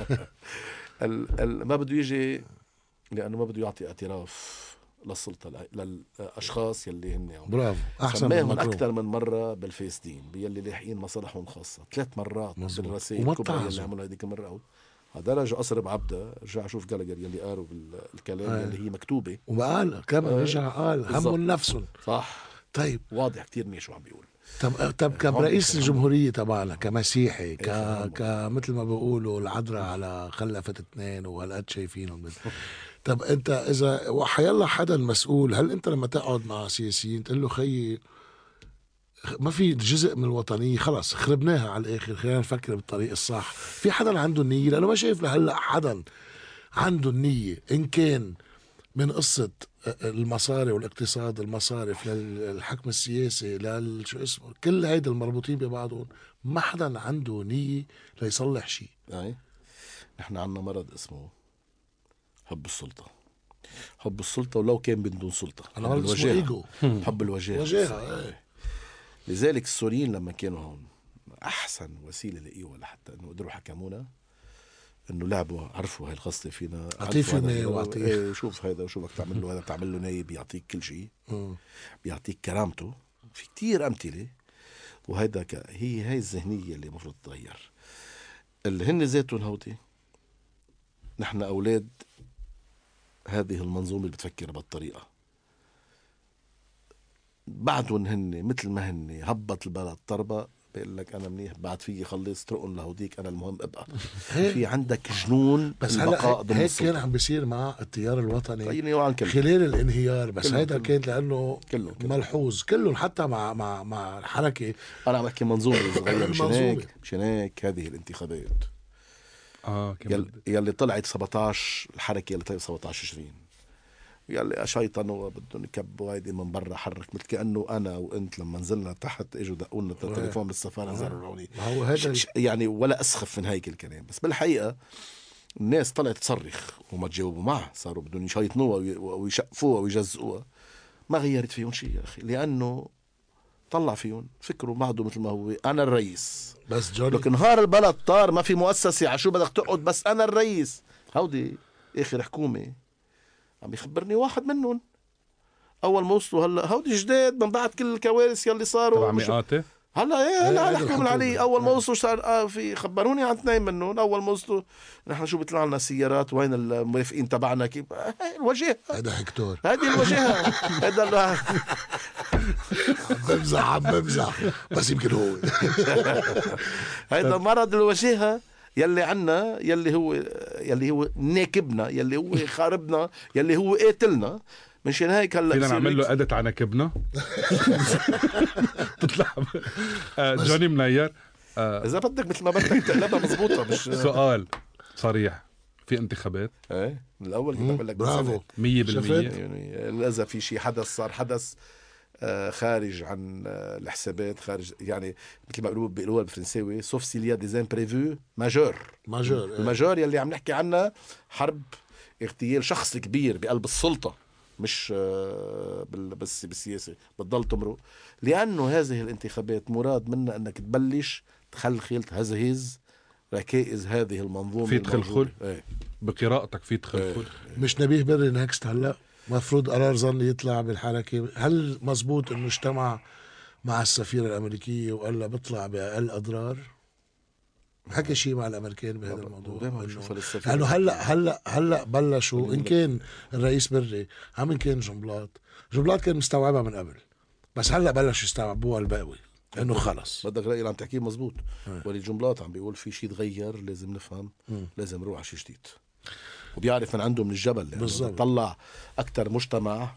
ما بده يجي لانه ما بده يعطي اعتراف للسلطه للاشخاص يلي هن برافو احسن سماهم اكثر من مره بالفاسدين بيلي لاحقين مصالحهم الخاصه ثلاث مرات بالرسائل الكبرى اللي عملوا هذيك المره. هذا رجع أسرب عبده، رجع أشوف جالجر يلي قالوا بالكلام آه. يلي هي مكتوبة، وقال كمان رجع قال همهم نفسهم صح. طيب واضح كتير منيح شو عم بيقول. طب طب كرئيس الجمهورية تبعنا كمسيحي ك كمثل ما بيقولوا العذراء على خلفت اثنين وهالقد شايفينهم. طب انت اذا وحيلا حدا مسؤول، هل انت لما تقعد مع سياسيين تقول له خيي ما في جزء من الوطنية خلاص خربناها على الاخر، خلينا نفكر بالطريق الصح؟ في حدا عنده النية؟ لانه ما شايف لهلا حدا عنده النية، ان كان من قصة المصاري والاقتصاد، المصارف للحكم السياسي للشو اسمه، كل هيدا المربوطين ببعضهم، ما حدا عنده نية ليصلح شيء. يعني نحن عنا مرض اسمه حب السلطة. حب السلطة ولو كان بدون سلطة. أنا مرض اسمه إيجو. حب الوجاهة. وجاهة. لذلك السوريين لما كانوا هون أحسن وسيلة لقيوها لحتى أنه قدروا حكمونا، انه لعبوا عرفوا هاي الخصله فينا، اعطيه فينا واعطيه ايه شوف هذا وشو بدك تعمل له، هذا بتعمل له نايب بيعطيك كل شيء، بيعطيك كرامته. في كتير امثله. وهيدا ك... هي هاي الذهنيه اللي المفروض تتغير. اللي هن ذاتهم هودي نحن اولاد هذه المنظومه اللي بتفكر بهالطريقه. بعدهم هن مثل ما هن هبط البلد طربه، بيقول لك انا منيح بعد فيي خلص ترقن لهوديك، انا المهم ابقى. في عندك جنون بس هلا هيك كان عم بيصير مع التيار الوطني خلال الانهيار. بس هيدا كان لانه كله ملحوظ كلهم، حتى مع مع مع الحركه. انا عم بحكي منظومه صغيره. مشان هيك مشان هيك هذه الانتخابات اه يلي, يلي طلعت سبعتاشر، الحركه اللي طلعت سبعتاشر تشرين، يلي شيطنوا بدهم يكبوا هيدي من برا حرك، مثل كأنه أنا وأنت لما نزلنا تحت إجوا دقونا التليفون بالسفارة زرروني. يعني ولا أسخف من هيك الكلام. بس بالحقيقة الناس طلعت تصرخ وما تجاوبوا معه، صاروا بدهم يشيطنوها ويشقفوها ويجزقوها. ما غيرت فيهم شيء يا أخي، لأنه طلع فيهم فكروا بعده مثل ما هو أنا الرئيس. بس جوني لكن نهار البلد طار ما في مؤسسة، عشو بدك تقعد بس أنا الرئيس. هودي آخر حكومة عم يخبرني واحد منهم اول ما وصلوا هلا هودي جداد من بعد كل الكوارث يلي صاروا تبع مئاتي هلا ايه هلا هلا حكم العلي. اول ما وصلوا صار آه في خبروني عن اثنين منهم. اول ما وصلوا نحن شو بيطلع لنا سيارات، وين المرافقين تبعنا كيف آه الوجه هذا هكتور، هذه الوجهه هذا بمزح عم بمزح بس يمكن هو هذا مرض الوجهه يلي عنا، يلي هو يلي هو ناكبنا، يلي هو خاربنا، يلي هو قاتلنا. مشان هيك هلا فينا نعمل له أدت على ناكبنا تطلع جوني منير. اذا بدك مثل ما بدك تقلبها مزبوطه. مش سؤال صريح، في انتخابات ايه من الاول كنت بقول لك برافو مية بالمية. يعني اذا في شيء حدث صار حدث خارج عن الحسابات، خارج يعني مثل ما بيقولوا بيقولوها بالفرنساوي سوف سيليا دي امبريفو ماجور. ماجور الماجور يلي عم نحكي عنها حرب اغتيال شخص كبير بقلب السلطة، مش بس بالسياسة بتضل تمرق. لأنه هذه الانتخابات مراد منا أنك تبلش تخلخل تهزهز ركائز هذه المنظومة. في تخلخل ايه. بقراءتك في تخلخل ايه. مش نبيه بري نكست هلأ مفروض قرار ظني يطلع بالحركة. هل مزبوط انه اجتمع مع السفيرة الامريكية وقال له بيطلع باقل اضرار؟ حكى شيء مع الامريكان بهذا الموضوع؟ لانه هلا هلا هلا بلشوا، ان كان الرئيس بري عم ان كان جنبلاط جنبلاط كان مستوعبها من قبل، بس هلا بلشوا يستوعبوها الباقي انه خلص. بدك رأيي اللي عم تحكيه مزبوط. ولي جنبلاط عم بيقول في شيء تغير، لازم نفهم، م. لازم نروح على شيء جديد، وبيعرف من عنده من الجبل. بالضبط. طلع اكثر مجتمع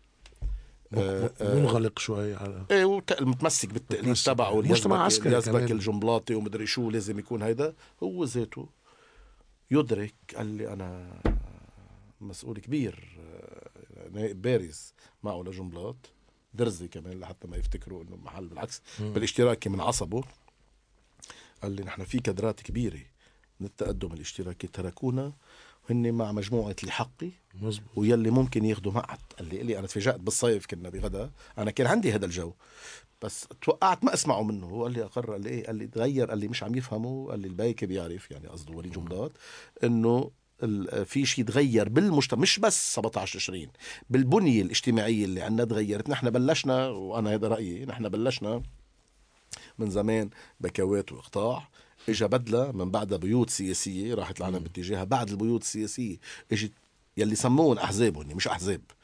منغلق شوي على ايه ومتمسك بالتقليد تبعه، مجتمع عسكري يسبك الجنبلاطي ومدري شو لازم يكون. هيدا هو ذاته يدرك. قال لي انا مسؤول كبير، نائب بارز معه لجنبلاط درزي كمان لحتى ما يفتكروا انه محل، بالعكس م. بالاشتراكي من عصبه. قال لي نحن في كادرات كبيره من التقدم الاشتراكي تركونا وهن مع مجموعة الحقي مزبوط. ويلي ممكن ياخدوا معت. قال لي لي أنا تفاجأت بالصيف كنا بغدا، أنا كان عندي هذا الجو بس توقعت ما أسمعه منه. هو قال لي أقرر. قال لي إيه؟ قال لي تغير. قال لي مش عم يفهموا. قال لي البايكي بيعرف، يعني قصده ولي جنبلاط، إنه في شيء تغير بالمجتمع، مش بس سبعتاشر تشرين، بالبنية الاجتماعية اللي عنا تغيرت. نحن بلشنا، وأنا هذا رأيي، نحن بلشنا من زمان بكوات وإقطاع، اجا بدله من بعدها بيوت سياسيه راحت العالم باتجاهها. بعد البيوت السياسيه اجت يلي سموهم احزاب، هن مش احزاب،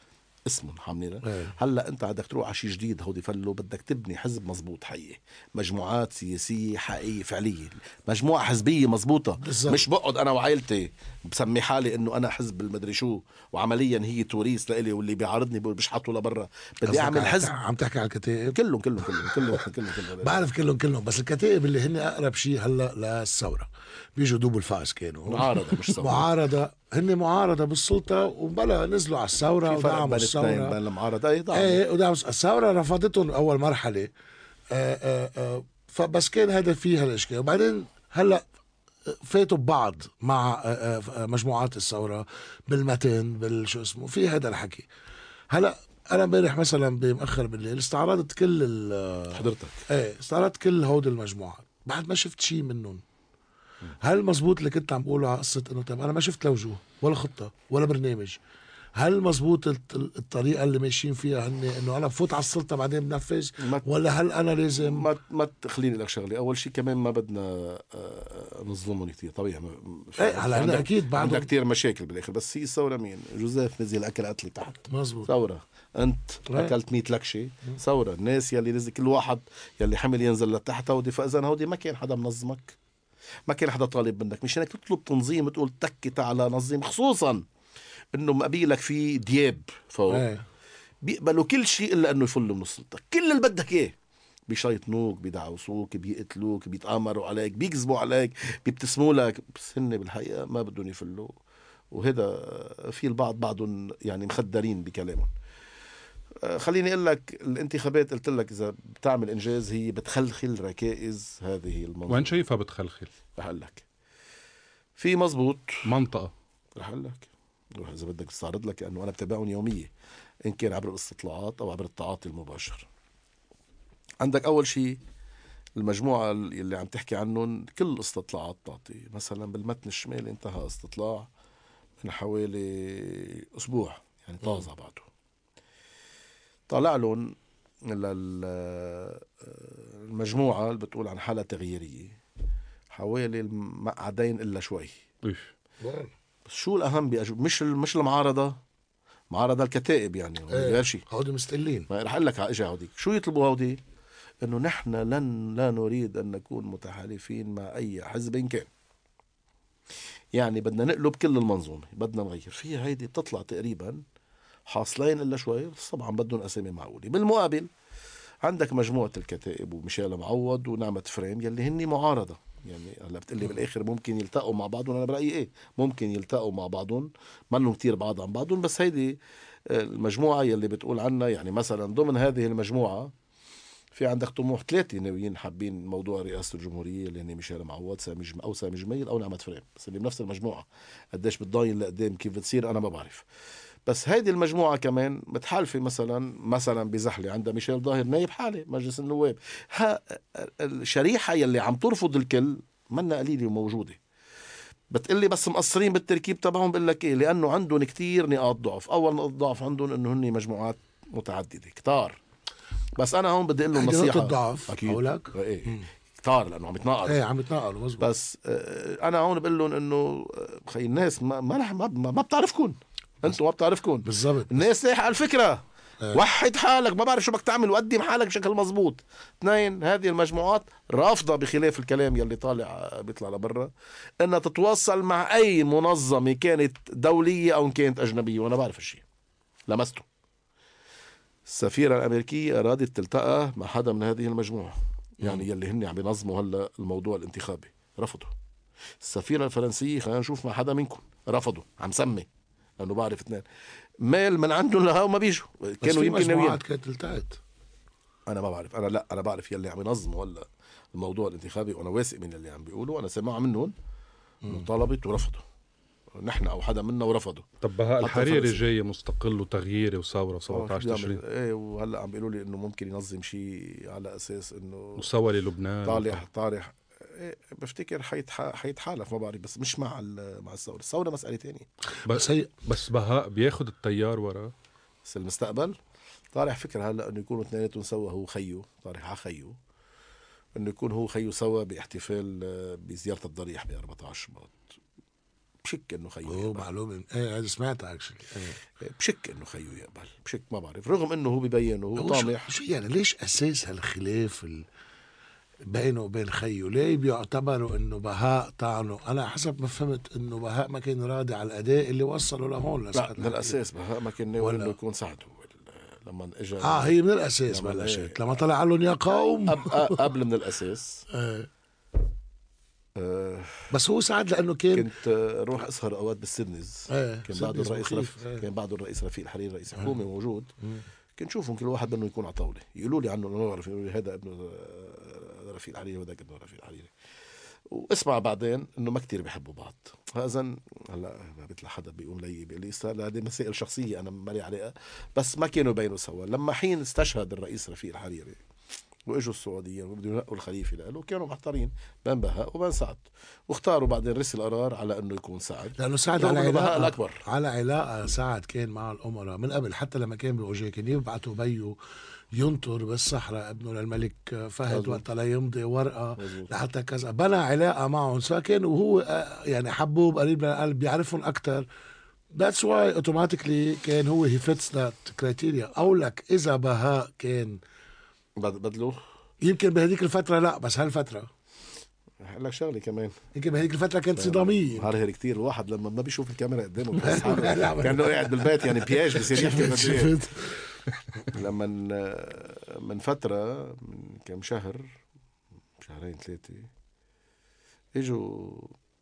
اسمهم حاملين. ايه. هلا انت بدك تروح على شيء جديد، هودي فلو بدك تبني حزب مزبوط حقيقي، مجموعات سياسيه حقيقيه فعليه، مجموعه حزبيه مزبوطه. بالزبط. مش بقعد انا وعائلتي بسمي حالي انه انا حزب المدري شو، وعمليا هي توريث لإلي، واللي بيعارضني بقول بيشحطوا لبرا. بدي اعمل حزب. عم تحكي على الكتائب؟ كلهم كلهم كلهم كلهم كلهم كلهم بعرف كلهم كلهم بس الكتائب اللي هن اقرب شيء هلا للثوره بيجوا دوب الفاس كانوا معارضه مش ثوره. معارضه، هن معارضه بالسلطه وبلا نزلوا على الثوره ودعموا الثوره. بين المعارضه اي دعم. ايه ودعموا الثوره، رفضتهم اول مرحله. آآ آآ فبس كان هذا فيها الاشكال. وبعدين هلا فاتوا ببعض مع مجموعات الثوره بالمتن بالشو اسمه في هذا الحكي. هلا انا امبارح مثلا بمؤخر بالليل استعرضت كل ال حضرتك ايه استعرضت كل هود المجموعات، بعد ما شفت شيء منهم. هل مزبوط اللي كنت عم بقوله على قصه انه طيب انا ما شفت لا وجوه ولا خطه ولا برنامج؟ هل مزبوط الطريقه اللي ماشيين فيها هن انه انا بفوت على السلطه بعدين بنفذ، ولا هل انا لازم ما ما تخليني لك شغله؟ اول شيء كمان ما بدنا نظلمهم كثير طبيعي. ايه هلا انا اكيد بعد عندها كثير مشاكل بالاخر، بس هي الثوره مين؟ جوزيف نزل اكل قتلي تحت. مزبوط. ثوره. انت ايه. اكلت مية لكشه. ثوره. الناس يلي نزل كل واحد يلي حمل ينزل لتحت هودي. فاذا هودي ما كان حدا منظمك، ما كان حدا طالب منك، مش انك تطلب تنظيم تقول تكي تعالى نظم، خصوصا انه مقابلك في دياب فوق. ايه. بيقبلوا كل شيء الا انه يفلوا من السلطه، كل اللي بدك اياه. بيشيطنوك، بيدعوسوك، بيقتلوك، بيتآمروا عليك، بيكذبوا عليك، بيبتسموا لك، بس هن بالحقيقه ما بدهم يفلوا. وهذا في البعض بعضهم يعني مخدرين بكلامهم. خليني اقول لك الانتخابات، قلت لك اذا بتعمل انجاز هي بتخلخل ركائز هذه المنظومه. وين شايفها بتخلخل؟ رح اقول لك في مزبوط منطقه. رح اقول لك اذا بدك بستعرض لك انه انا بتابعهم يوميا، ان كان عبر الاستطلاعات او عبر التعاطي المباشر. عندك اول شيء المجموعه اللي عم تحكي عنهم، كل الاستطلاعات تعطي. مثلا بالمتن الشمالي انتهى استطلاع من حوالي اسبوع، يعني طازه بعده. طالع لهم المجموعه اللي بتقول عن حاله تغييريه حوالي المقعدين الا شوي. بس شو الاهم بأجو... مش مش المعارضه، معارضه الكتائب يعني غير ايه. شيء. هودي مستقلين. ما رح اقول لك على اجى هوديك شو يطلبوا هودي؟ انه نحن لن لا نريد ان نكون متحالفين مع اي حزب كان. يعني بدنا نقلب كل المنظومه، بدنا نغير فيها. هيدي بتطلع تقريبا حاصلين الا شوي، بس طبعا بدهم اسامي معقوله. بالمقابل عندك مجموعه الكتائب وميشيل معوض ونعمة فريم يلي هني معارضه. يعني هلا بتقلي بالاخر ممكن يلتقوا مع بعضهم، انا برايي ايه ممكن يلتقوا مع بعضهم، منهم كتير بعض عن بعضهم. بس هيدي المجموعه يلي بتقول عنها، يعني مثلا ضمن هذه المجموعه في عندك طموح ثلاثه ناويين حابين موضوع رئاسه الجمهوريه، اللي هن ميشيل معوض، سامي جم... او سامي جميل او نعمة فريم، بس اللي بنفس المجموعه. قديش بتضاين لقدام كيف بتصير انا ما بعرف. بس هيدي المجموعة كمان متحالفة مثلا مثلا بزحلة عندها ميشيل ظاهر نائب حالة مجلس النواب. ها الشريحة يلي عم ترفض الكل منا قليلة وموجودة. بتقلي بس مقصرين بالتركيب تبعهم، بقول لك ايه، لانه عندهم كتير نقاط ضعف. اول نقطة ضعف عندهم انه هن مجموعات متعددة كتار. بس انا هون بدي اقول لهم نصيحة. الضعف اقول ايه كتار لانه عم يتناقلوا. ايه عم يتناقلوا مزبوط. بس انا هون بقول لهم انه خي الناس ما ما, ما, ما بتعرفكم، انتوا ما بتعرفكم بالضبط. الناس رايحه على الفكره. اه. وحد حالك، ما بعرف شو بدك تعمل، وقدم حالك بشكل مزبوط. اثنين، هذه المجموعات رافضه بخلاف الكلام يلي طالع بيطلع لبرا انها تتواصل مع اي منظمه كانت دوليه او كانت اجنبيه، وانا بعرف الشيء لمسته. السفيره الامريكيه ارادت تلتقى مع حدا من هذه المجموعه، يعني يلي هن عم بينظموا هلا الموضوع الانتخابي، رفضوا. السفيره الفرنسيه خلينا نشوف مع حدا منكم، رفضوا. عم سمي لانه بعرف اثنين ميل من عندهم لها وما بيجوا. كانوا يمكن مجموعات كانت التقت. انا ما بعرف، انا لا انا بعرف يلي عم ينظموا هلا الموضوع الانتخابي، وانا واثق من اللي عم بيقولوا، وانا سمعوا منهم طلبت ورفضوا. نحن او حدا منا ورفضوا. طب بهاء الحريري جاي مستقل وتغييري وثوره سبعة عشر تشرين. ايه وهلا عم بيقولوا لي انه ممكن ينظم شيء على اساس انه وسوى للبنان طالع طارح. إيه بفتكر حيتح... حيتحالف، ما بعرف، بس مش مع ال... مع الثوره. الثوره مساله ثانيه. بس هي بس بهاء بياخد التيار وراه. بس المستقبل طارح فكره هلا انه يكونوا اثنيناتهم سوا، هو خيو طارح على خيو، انه يكون هو خيو سوا باحتفال بزياره الضريح ب أربعة عشر شباط. بشك انه خيو هو يقبل. معلومه ايه هذا سمعتها اكشلي. بشك انه خيو يقبل بشك ما بعرف، رغم انه هو ببين وهو طامح. شو يعني ليش اساس هالخلاف ال... بينه وبين خيو؟ ليه بيعتبروا انه بهاء طعنه؟ انا حسب ما فهمت انه بهاء ما كان راضي على الاداء اللي وصله لهون. لا من الاساس بهاء ما كان ناوي انه يكون ساعده لما اجى. اه هي من الاساس بلشت ايه. لما طلع لهم يا قوم قبل من الاساس. ايه. آه بس هو ساعد لانه كان كنت روح اسهر اوقات بالسدنز. ايه. كان بعده الرئيس رف... ايه. كان بعده الرئيس رفيق الحريري رئيس حكومه ايه. موجود. كنت شوفهم كل واحد منه يكون على طاوله يقولوا لي عنه انه بعرف، يقولوا لي هذا ابنه رفيق الحريري وذاك ابنه رفيق الحريري، واسمع بعدين انه ما كتير بيحبوا بعض. هذا هلا بيطلع حدا بيقوم لي بيقول لي هذه مسائل شخصيه انا ما لي علاقه، بس ما كانوا يبينوا سوا. لما حين استشهد الرئيس رفيق الحريري واجوا السعوديين وبدهم ينقوا الخليفه له، كانوا محتارين بين بهاء وبين سعد، واختاروا بعدين رسل قرار على انه يكون سعد، لانه سعد على علاقه الأكبر. على علاقه سعد كان مع الامراء من قبل، حتى لما كان بوجه كان يبعثوا بيو ينطر بالصحراء ابنه للملك فهد وقت لا يمضي ورقه مزبوط. لحتى كذا بنى علاقه معهم ساكن، وهو يعني حبوب قريب من القلب بيعرفهم اكثر. That's why automatically كان هو he fits that criteria. أقول لك إذا بهاء كان بدلوه يمكن بهذيك الفترة، لا بس هالفترة هقول لك شغلة كمان، يمكن بهذيك الفترة كانت صدامية. هرهر كتير الواحد لما ما بيشوف الكاميرا قدامه كأنه قاعد بالبيت يعني بياج بصير يحكي. لما من فترة من كم شهر شهرين ثلاثة اجوا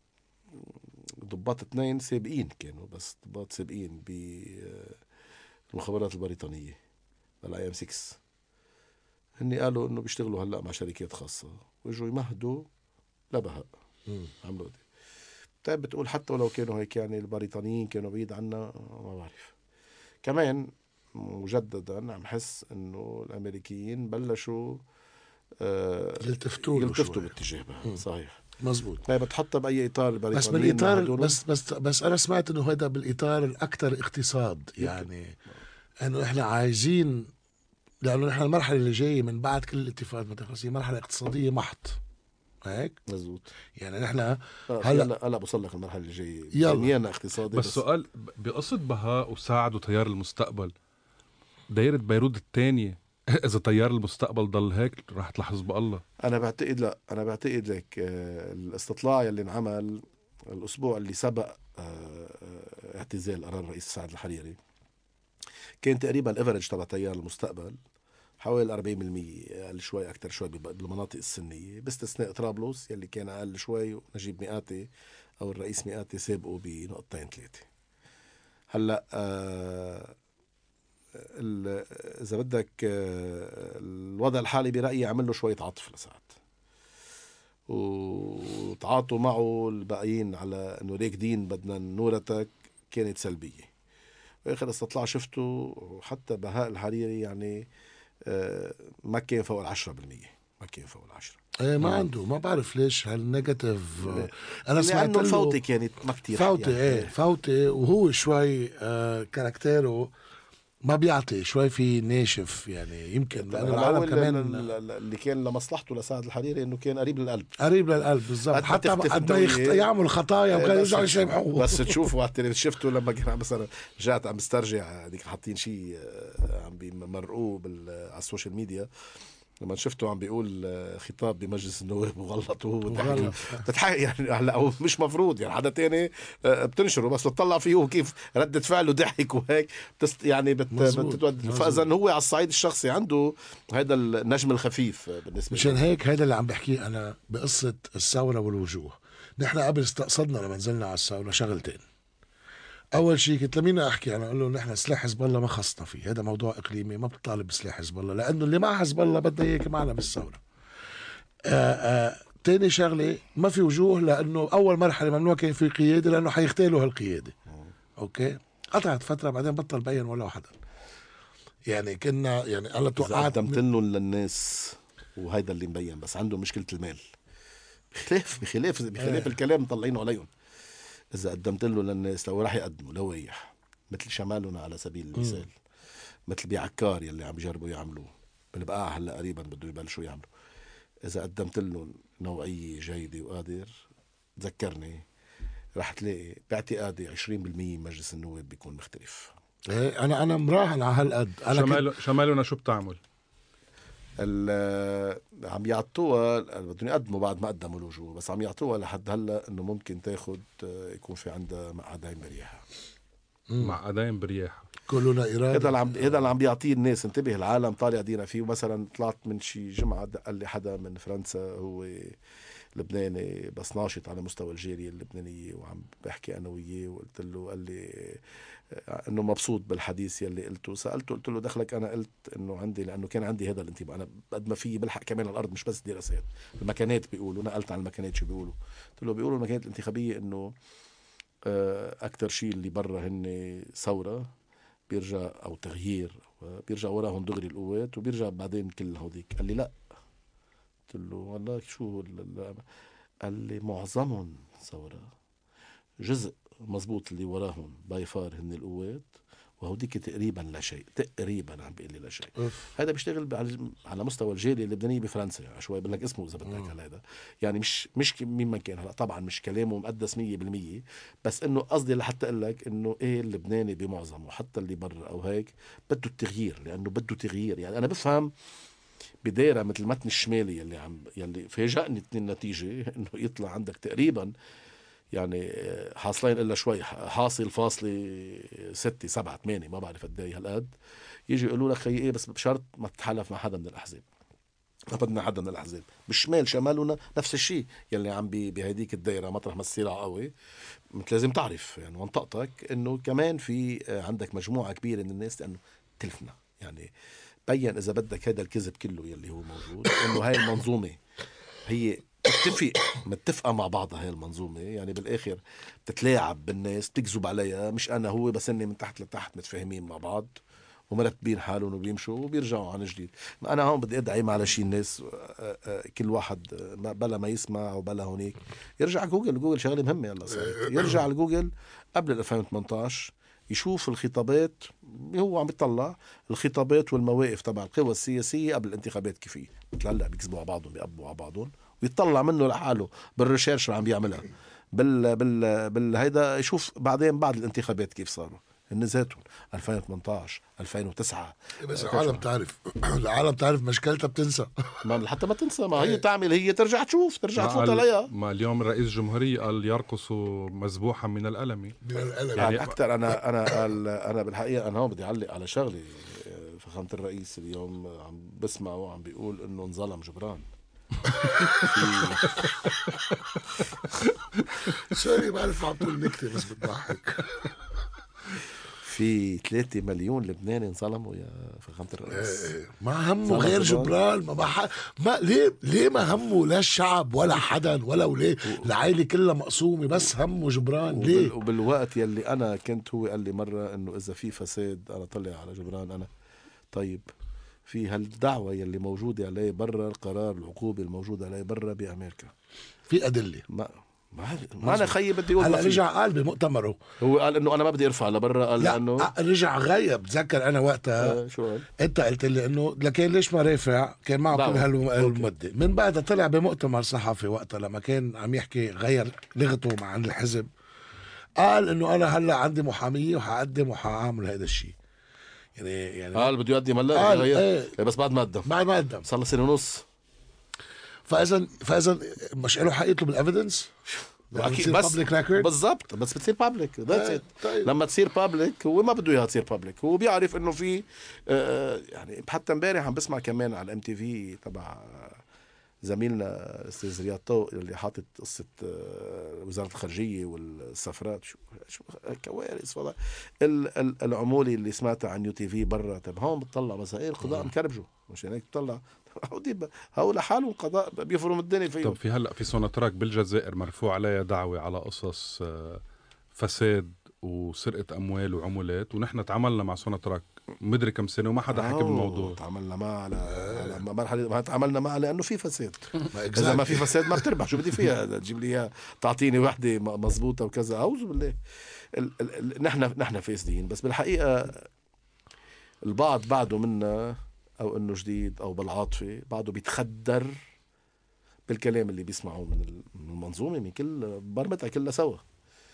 ضباط اثنين سابقين، كانوا بس ضباط سابقين بالمخابرات البريطانية بالاي ام ستة. هني قالوا انه بيشتغلوا هلا مع شركات خاصة واجوا يمهدوا لبهاء. عملوا دي طيب بتقول حتى ولو كانوا هيك يعني البريطانيين كانوا بعيد عنا، ما بعرف. كمان مجددا عم حس انه الامريكيين بلشوا آه يلتفتوا يلتفتوا باتجاه بهاء. صحيح مزبوط. ما بتحطها باي اطار البريطانيين بس بالاطار بس بس بس انا سمعت انه هذا بالاطار الاكثر اقتصاد، يعني انه احنا عايزين، لانه نحن المرحله اللي جايه من بعد كل الاتفاقات المتخلصيه مرحله اقتصاديه محض هيك مزبوط. يعني نحن هلا هلا بوصل لك المرحله اللي جايه يلا اقتصادي. بس, بس سؤال بقصه بهاء وسعد وتيار المستقبل، دايره بيروت الثانيه اذا تيار المستقبل ضل هيك راح تلاحظ بالله. انا بعتقد لا انا بعتقد لك الاستطلاع يلي انعمل الاسبوع اللي سبق اعتزال قرار الرئيس سعد الحريري كان تقريبا الافرج تبع تيار المستقبل حوالي أربعين بالمية، اقل شوي اكثر شوي بالمناطق السنيه، باستثناء طرابلس يلي كان اقل شوي، ونجيب مئاتي او الرئيس مئاتي سابقه بنقطتين ثلاثه. هلا آه اذا بدك آه الوضع الحالي برايي عمل له شويه عطف لسعد، وتعاطوا معه الباقيين على انه راكدين بدنا نورتك، كانت سلبيه. واخر استطلاع شفته وحتى بهاء الحريري يعني آه ما كان فوق العشرة بالمية، ما كان فوق العشرة. ايه ما عنده، ما بعرف ليش هالنيجاتيف. انا سمعت له فوتي كانت ما كتير فوتي يعني. ايه فوتي، وهو شوي آه كاركتيره ما بيعطي، شوي في ناشف يعني، يمكن لأن العالم كمان اللي كان لمصلحته لسعد الحريري انه كان قريب للقلب، قريب للقلب بالضبط، حتى قد ما يخط... يعمل خطايا وكان يرجع يشبحوه. بس تشوفوا على التلفزيون شفته لما كان مثلا رجعت عم استرجع هذيك حاطين شيء عم بيمرقوه على السوشيال ميديا، لما شفته عم بيقول خطاب بمجلس النواب وغلطوه بتضحك يعني. هلا هو مش مفروض يعني حدا تاني بتنشره، بس تطلع فيه كيف ردة فعله ضحك وهيك بتست يعني بتتودد. فاذا هو على الصعيد الشخصي عنده هذا النجم الخفيف بالنسبه مشان هيك هذا اللي عم بحكيه انا بقصه الثوره والوجوه. نحن قبل استقصدنا لما نزلنا على الثوره شغلتين. اول شيء كنت لمين احكي انا اقول له نحن سلاح حزب الله ما خصنا فيه، هذا موضوع اقليمي ما بتطالب بسلاح حزب الله، لانه اللي مع حزب الله بدنا اياك معنا بالثوره. تاني شغله ما في وجوه، لانه اول مرحله ممنوع كان في قياده لانه حيغتالوا هالقياده. اوكي قطعت فتره بعدين بطل بين ولا حدا يعني. كنا يعني الله توقعت قدمت لهم للناس وهيدا اللي مبين، بس عنده مشكله المال بخلاف بخلاف بخلاف اه. الكلام مطلعينه عليهم. إذا قدمت له للناس لو راح يقدموا لويح مثل شمالنا على سبيل المثال، م. مثل بعكار يلي عم يجربوا يعملوه بالبقاع هلا قريبا بده يبلشوا يعملوا. إذا قدمت لهم نوعية جيدة وقادر، تذكرني رح تلاقي باعتقادي عشرين بالمية من مجلس النواب بيكون مختلف. إيه انا انا مراهن على هالقد. انا شمال شمالنا شو بتعمل؟ عم يعطوها بدهم يقدموا بعد ما قدموا لجوء، بس عم يعطوها لحد هلا انه ممكن تاخد يكون في عندها مقعدين بريحه. مقعدين برياحه كلنا إرادة. هذا اللي عم هذا اللي عم بيعطيه الناس. انتبه، العالم طالع دينا فيه. مثلا طلعت من شي جمعه قال لي حدا من فرنسا، هو لبناني بس ناشط على مستوى الجاليه اللبنانيه، وعم بحكي انا وياه، وقلت له، قال لي انه مبسوط بالحديث يلي قلته. سالته قلت له دخلك؟ انا قلت انه عندي، لانه كان عندي هذا الانتباه، انا قد ما في بلحق كمان على الارض، مش بس دراسات. المكانات بيقولوا، نقلت عن المكانات شو بيقولوا. قلت له بيقولوا المكانات الانتخابيه انه اكثر شيء اللي برا هن ثوره بيرجع او تغيير، بيرجع وراهم دغري القوات وبيرجع بعدين كل هوديك. قال لي لا. قلت له والله شو؟ قال لي معظمهم ثوره، جزء مزبوط اللي وراهم بايفار هن القوات، وهوديك تقريبا لا شيء. تقريبا عم بيقول لي لا شيء. هذا بيشتغل على مستوى الجاليه اللبنانيه بفرنسا. شوي بقول لك اسمه اذا بدك على هذا، يعني مش مش مين ما كان. هلا طبعا مش كلامه مقدس مية بالمية، بس انه قصدي لحتى اقول لك انه ايه، اللبناني بمعظمه حتى اللي برا او هيك بده التغيير، لانه بده تغيير. يعني انا بفهم بدايره مثل متن الشمالي يلي عم يلي فاجأني النتيجه انه يطلع عندك تقريبا يعني حاصلين إلا شوي، حاصل فاصلة ستة سبعة ثمانية ما بعرف قد ايه هالقد. يجي يقولوا لك خي ايه، بس بشرط ما تتحالف مع حدا من الأحزاب. ما بدنا حدا من الأحزاب. بالشمال شمالنا نفس الشيء يلي عم بهديك الدائرة، مطرح ما الصراع قوي مثل لازم تعرف يعني منطقتك انه كمان في عندك مجموعة كبيرة من الناس، لأنه تلفنا يعني بين إذا بدك هذا الكذب كله يلي هو موجود، انه هاي المنظومة هي متفق متفقة مع بعضها. هاي المنظومة يعني بالآخر بتتلاعب بالناس، تكذب عليها. مش أنا هو بس إني من تحت لتحت متفاهمين مع بعض ومرتبين حالهم وبيمشوا وبيرجعوا عن جديد. أنا هون بدي أدعي على شي الناس، كل واحد بلا ما يسمع وبلا هونيك يرجع جوجل. جوجل شغلة مهمة هلا صارت. يرجع على جوجل قبل ألفين وثمانية عشر يشوف الخطابات. هو عم يطلع الخطابات والمواقف تبع القوى السياسية قبل الانتخابات كيف هي. مثل هلا بيكذبوا على بعضهم، بيقبوا على بعضهم، ويطلع منه لحاله بالريشيرش اللي عم بيعملها بال بال بالهيدا، يشوف بعدين بعد الانتخابات كيف صاروا نزاتهم ألفين وثمانية عشر ألفين وتسعة. بس العالم تعرف العالم تعرف مشكلتها بتنسى. ما حتى ما تنسى، ما هي تعمل، هي ترجع تشوف، ترجع تفوت عليها. ما اليوم رئيس الجمهورية قال يرقص مذبوحا من الألم. من الألم يعني أكتر. أنا أنا أنا بالحقيقة أنا هون بدي أعلق على شغلة. فخامة الرئيس اليوم عم بسمعه وعم بيقول إنه انظلم جبران. سوري بعرف عم تقول نكتة بس بتضحك. في ثلاثة مليون لبناني انظلموا يا فخامة الرئيس. ما همه غير جبران. ما بح... ما ليه ليه ما همه لا الشعب ولا حدا ولا وليه العائلة كلها مقسومة، بس همه جبران. ليه؟ وبال... وبالوقت يلي أنا كنت، هو قال لي مرة إنه إذا في فساد أنا طلع على جبران. أنا طيب في هالدعوة يلي موجودة عليه برا، القرار العقوبة الموجودة عليه برا بأمريكا، في أدلة. ما ما, ما أنا خيي بدي أقول. هلا رجع قال بمؤتمره، هو قال إنه أنا ما بدي أرفع لبرا. قال لا إنه رجع غيب. تذكر أنا وقتها آه شو قال؟ أنت قلت لي إنه لكن ليش ما رافع، كان معه كل هالمدة. من بعدها طلع بمؤتمر صحفي وقتها لما كان عم يحكي، غير لغته مع الحزب، قال إنه أنا هلا عندي محامية وحقدم وحعمل هذا الشيء. يعني يعني قال بده يقدم هلا. قال ايه بس بعد ما قدم، بعد ما قدم صار له سنة ونص. فاذا فاذا مش له حق يطلب الافيدنس. اكيد بس بالضبط، بس بتصير بابليك. اه طيب. لما تصير بابليك هو ما بده اياها تصير بابليك. هو بيعرف انه في آه يعني. حتى امبارح عم بسمع كمان على الام تي في تبع زميلنا استاذ رياض طوق اللي حاطط قصه وزاره الخارجيه والسفرات. شو شو كوارث والله. العمولي اللي سمعتها عن يو تي في برا، طب هون بتطلع مسائل القضاء مكربجوا، مش هيك بتطلع هؤلاء لحالهم قضاء بيفرموا الدنيا فيهم. طب في هلا في سوناتراك بالجزائر مرفوع عليها دعوه على قصص فساد وسرقه اموال وعمولات، ونحن تعاملنا مع سوناتراك مدري كم سنه وما حدا حكي بالموضوع. تعاملنا معه على على مرحله ما تعاملنا معه لانه في فساد. اذا ما في فساد ما بتربح. شو بدي فيها؟ تجيب لي اياها تعطيني وحده مزبوطه وكذا. اعوذ بالله. نحن نحن فاسدين. بس بالحقيقه البعض بعده منا، او انه جديد او بالعاطفه، بعده بيتخدر بالكلام اللي بيسمعوه من المنظومه، من كل برمتها كلها سوا.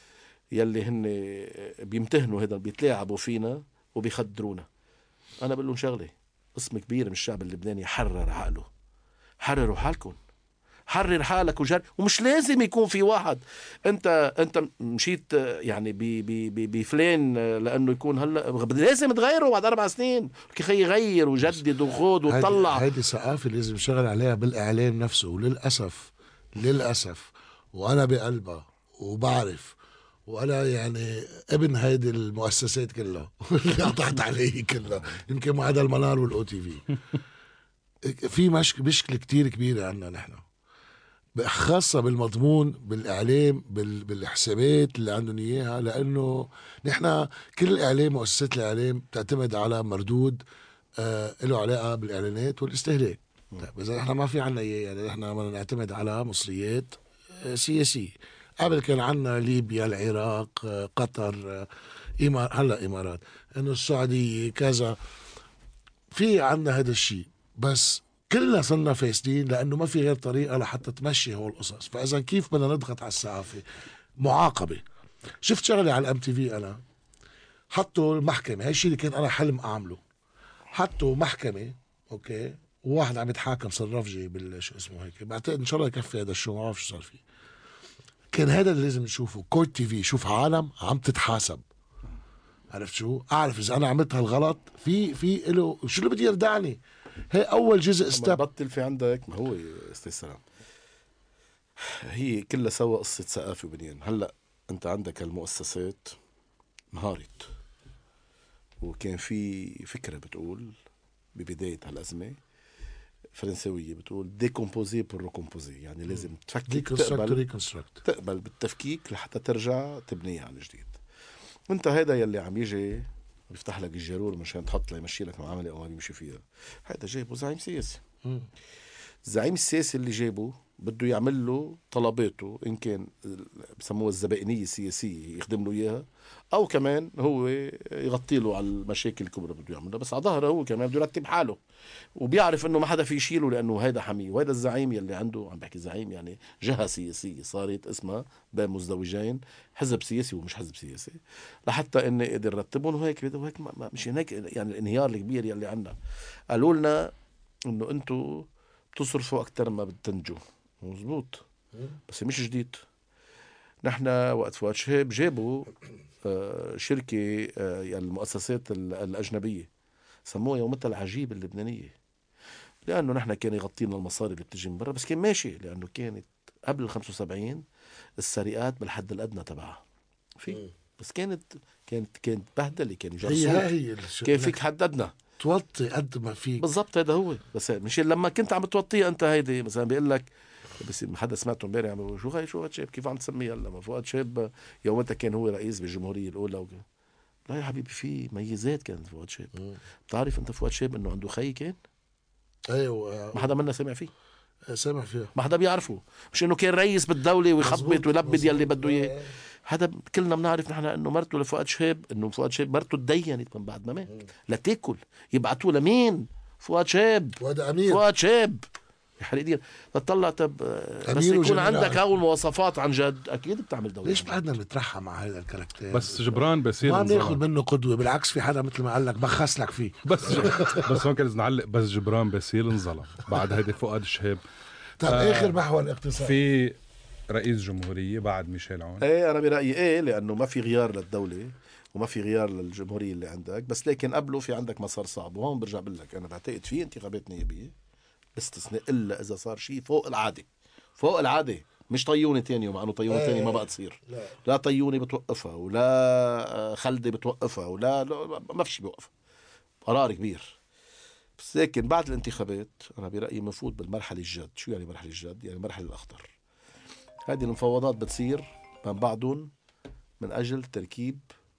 يلي هن بيمتهنوا هذا بيتلاعبوا فينا وبيخدرونا. أنا بقول لهم شغلة، قسم كبير من الشعب اللبناني حرر عقله. حرروا حالكم، حرر حالك وجر، ومش لازم يكون في واحد انت انت مشيت يعني بفلان لانه يكون هلا لازم تغيره بعد اربع سنين. كي يغير وجدد وخوض وطلع. هيدي ثقافه لازم نشتغل عليها بالاعلام نفسه. وللاسف للاسف وانا بقلبها وبعرف، وانا يعني ابن هيدي المؤسسات كلها اللي قطعت علي كلها، يمكن ما عدا المنار والاو تي في. في مشك مشكله كتير كبيره عندنا نحن، خاصة بالمضمون بالإعلام بال... بالحسابات اللي عندهم إياها. لأنه نحن كل الإعلام مؤسسات الإعلام تعتمد على مردود آه له علاقة بالإعلانات والاستهلاك. طيب إذا نحن ما في عنا إياه، يعني نحن بدنا نعتمد على مصريات آه سياسية. قبل كان عنا ليبيا، العراق، آه قطر، آه إمار... هلا إمارات، إنه السعودية كذا، في عنا هذا الشيء. بس كلنا صرنا فاسدين لانه ما في غير طريقه لحتى تمشي هول القصص. فاذا كيف بدنا نضغط على الصحافه؟ معاقبه. شفت شغله على الام تي في، انا حطوا المحكمه، هاي الشيء اللي كان انا حلم اعمله. حطوا محكمه اوكي، وواحد عم يتحاكم صرافجي بالشو اسمه هيك، بعتقد ان شاء الله يكفي هذا الشو، ما بعرف شو صار فيه. كان هذا اللي لازم نشوفه، كورت تي في، شوف عالم عم تتحاسب. عرفت شو؟ اعرف اذا انا عملت هالغلط في في له شو اللي بدي يردعني. هي اول جزء ستيب. بطل في عندك، ما هو استاذ سلام، هي كلها سوا قصة ثقافة وبنيان. هلا انت عندك المؤسسات انهارت، وكان في فكرة بتقول ببداية هالأزمة فرنسوية بتقول ديكومبوزي بور ريكومبوزي، يعني لازم تفكك تقبل, تقبل بالتفكيك لحتى ترجع تبنيها عن جديد. انت هيدا يلي عم يجي بيفتح لك الجرور مشان تحط له يمشي لك معامله او ما بيمشي فيها، هذا جايبه زعيم سياسي. الزعيم السياسي اللي جايبه بده يعمل له طلباته، ان كان بسموها الزبائنيه السياسيه يخدم له اياها، او كمان هو يغطي له على المشاكل الكبرى بده يعملها، بس على ظهره هو كمان بده يرتب حاله، وبيعرف انه ما حدا في يشيله لانه هيدا حميه. وهيدا الزعيم يلي عنده، عم بحكي زعيم يعني جهه سياسيه صارت اسمها بين مزدوجين، حزب سياسي ومش حزب سياسي، لحتى انه قدر يرتبهم وهيك وهيك. مش هيك يعني الانهيار الكبير يلي عندنا. قالوا لنا انه انتم بتصرفوا اكثر ما بتنتجوا، مزبوط، بس مش جديد. نحن وقت فؤاد شهاب جابوا آه شركة آه يعني المؤسسات الأجنبية سموها يومتها العجيب اللبنانية، لأنه نحن كان يغطينا المصاري اللي بتجي من برا، بس كان ماشي لأنه كانت قبل الخمسة وسبعين السرقات بالحد الأدنى تبعها في، بس كانت كانت كانت بهدلة، كان يجرسوك، كان فيك حد أدنى توطي قد ما فيك بالضبط. هذا هو. بس مش لما كنت عم توطيه انت، هيدي مثلا بيقول لك، بس حدا سمعته امبارح عم شو هاي شو فؤاد شهاب كيف عم تسميه هلا؟ فؤاد شهاب يومتها كان هو رئيس بالجمهوريه الاولى وكان. لا يا حبيبي، في ميزات كانت فؤاد شهاب. بتعرف انت فؤاد شهاب انه عنده خي كان؟ ايوه، ما حدا منا سمع فيه، سامع فيه، ما حدا بيعرفه. مش انه كان رئيس بالدوله ويخبط ويلبد يلي بده اياه. هذا كلنا بنعرف نحن انه مرته لفؤاد شهاب، انه فؤاد شهاب مرته تدينت من بعد ما مات لتاكل، يبعتوا لمين؟ فؤاد شهاب، فؤاد امير، فؤاد شهاب يحرق دين. تطلع طب بس يكون عندك هاو المواصفات عن جد اكيد بتعمل دوله. ليش بعدنا بنترحم مع هذا الكاركتير؟ بس جبران باسيل ما بناخذ منه قدوه، بالعكس في حدا مثل ما قال لك بخس لك فيه. بس بس هون كان نعلق، بس جبران باسيل انظلم بعد هيدي فؤاد شهاب. طب آه اخر محور اقتصادي، في رئيس جمهوريه بعد ميشيل عون. ايه انا برايي ايه، لانه ما في غيار للدوله وما في غيار للجمهوريه اللي عندك، بس لكن قبله في عندك مسار صعب. وهون برجع بقول لك انا بعتقد في انتخابات نيابيه باستثناء الا اذا صار شيء فوق العاده، فوق العاده، مش طيوني تاني، ومع انه طيوني تاني ما بقى تصير. لا, لا طيوني بتوقفها، ولا خلدي بتوقفها، ولا ما في شيء بيوقف. قرار كبير. بس لكن بعد الانتخابات انا برايي مفوت بالمرحله الجد. شو يعني مرحله الجد؟ يعني المرحله الاخطر. هذه المفاوضات بتصير من بعضهم من اجل تركيب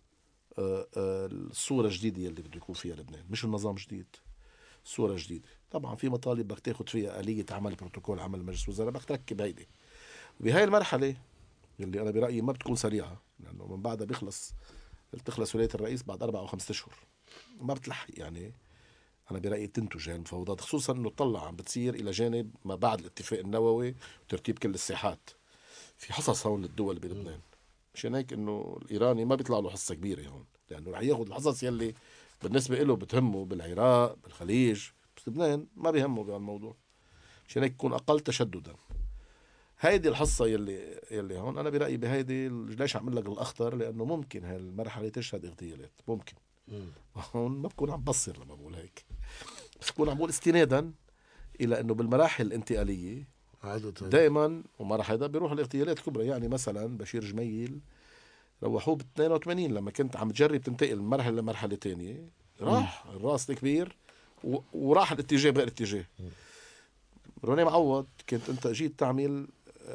الصوره الجديده اللي بده يكون فيها لبنان، مش النظام جديد، صورة جديدة. طبعا في مطالب بدك تاخد فيها آلية عمل بروتوكول عمل مجلس وزراء، بدك تركب هيدي. بهاي المرحلة اللي أنا برأيي ما بتكون سريعة، لأنه من بعدها بيخلص بتخلص ولاية الرئيس بعد أربع أو خمسة أشهر، ما بتلحق. يعني أنا برأيي تنتج هاي المفاوضات، خصوصا إنه طلع عم بتصير إلى جانب ما بعد الاتفاق النووي وترتيب كل الساحات. في حصص هون للدول بلبنان، مشان هيك انه الايراني ما بيطلع له حصه كبيره هون، لانه رح ياخذ الحصص يلي بالنسبه له بتهمه بالعراق بالخليج، بس لبنان ما بيهمه بهالموضوع، مشان هيك يكون اقل تشددا. هيدي الحصه يلي يلي هون انا برايي بهيدي ليش عم لك الاخطر، لانه ممكن هالمرحله تشهد اغتيالات، ممكن هون ما بكون عم بصر لما بقول هيك، بس بكون عم بقول استنادا الى انه بالمراحل الانتقاليه دائما وما هيدا بيروح الاغتيالات الكبرى. يعني مثلا بشير جميل روحوه ب اثنين وثمانين لما كنت عم تجرب تنتقل من مرحله لمرحله ثانيه، راح الراس الكبير و... وراح الاتجاه بغير اتجاه. روني معوض كنت انت جيت تعمل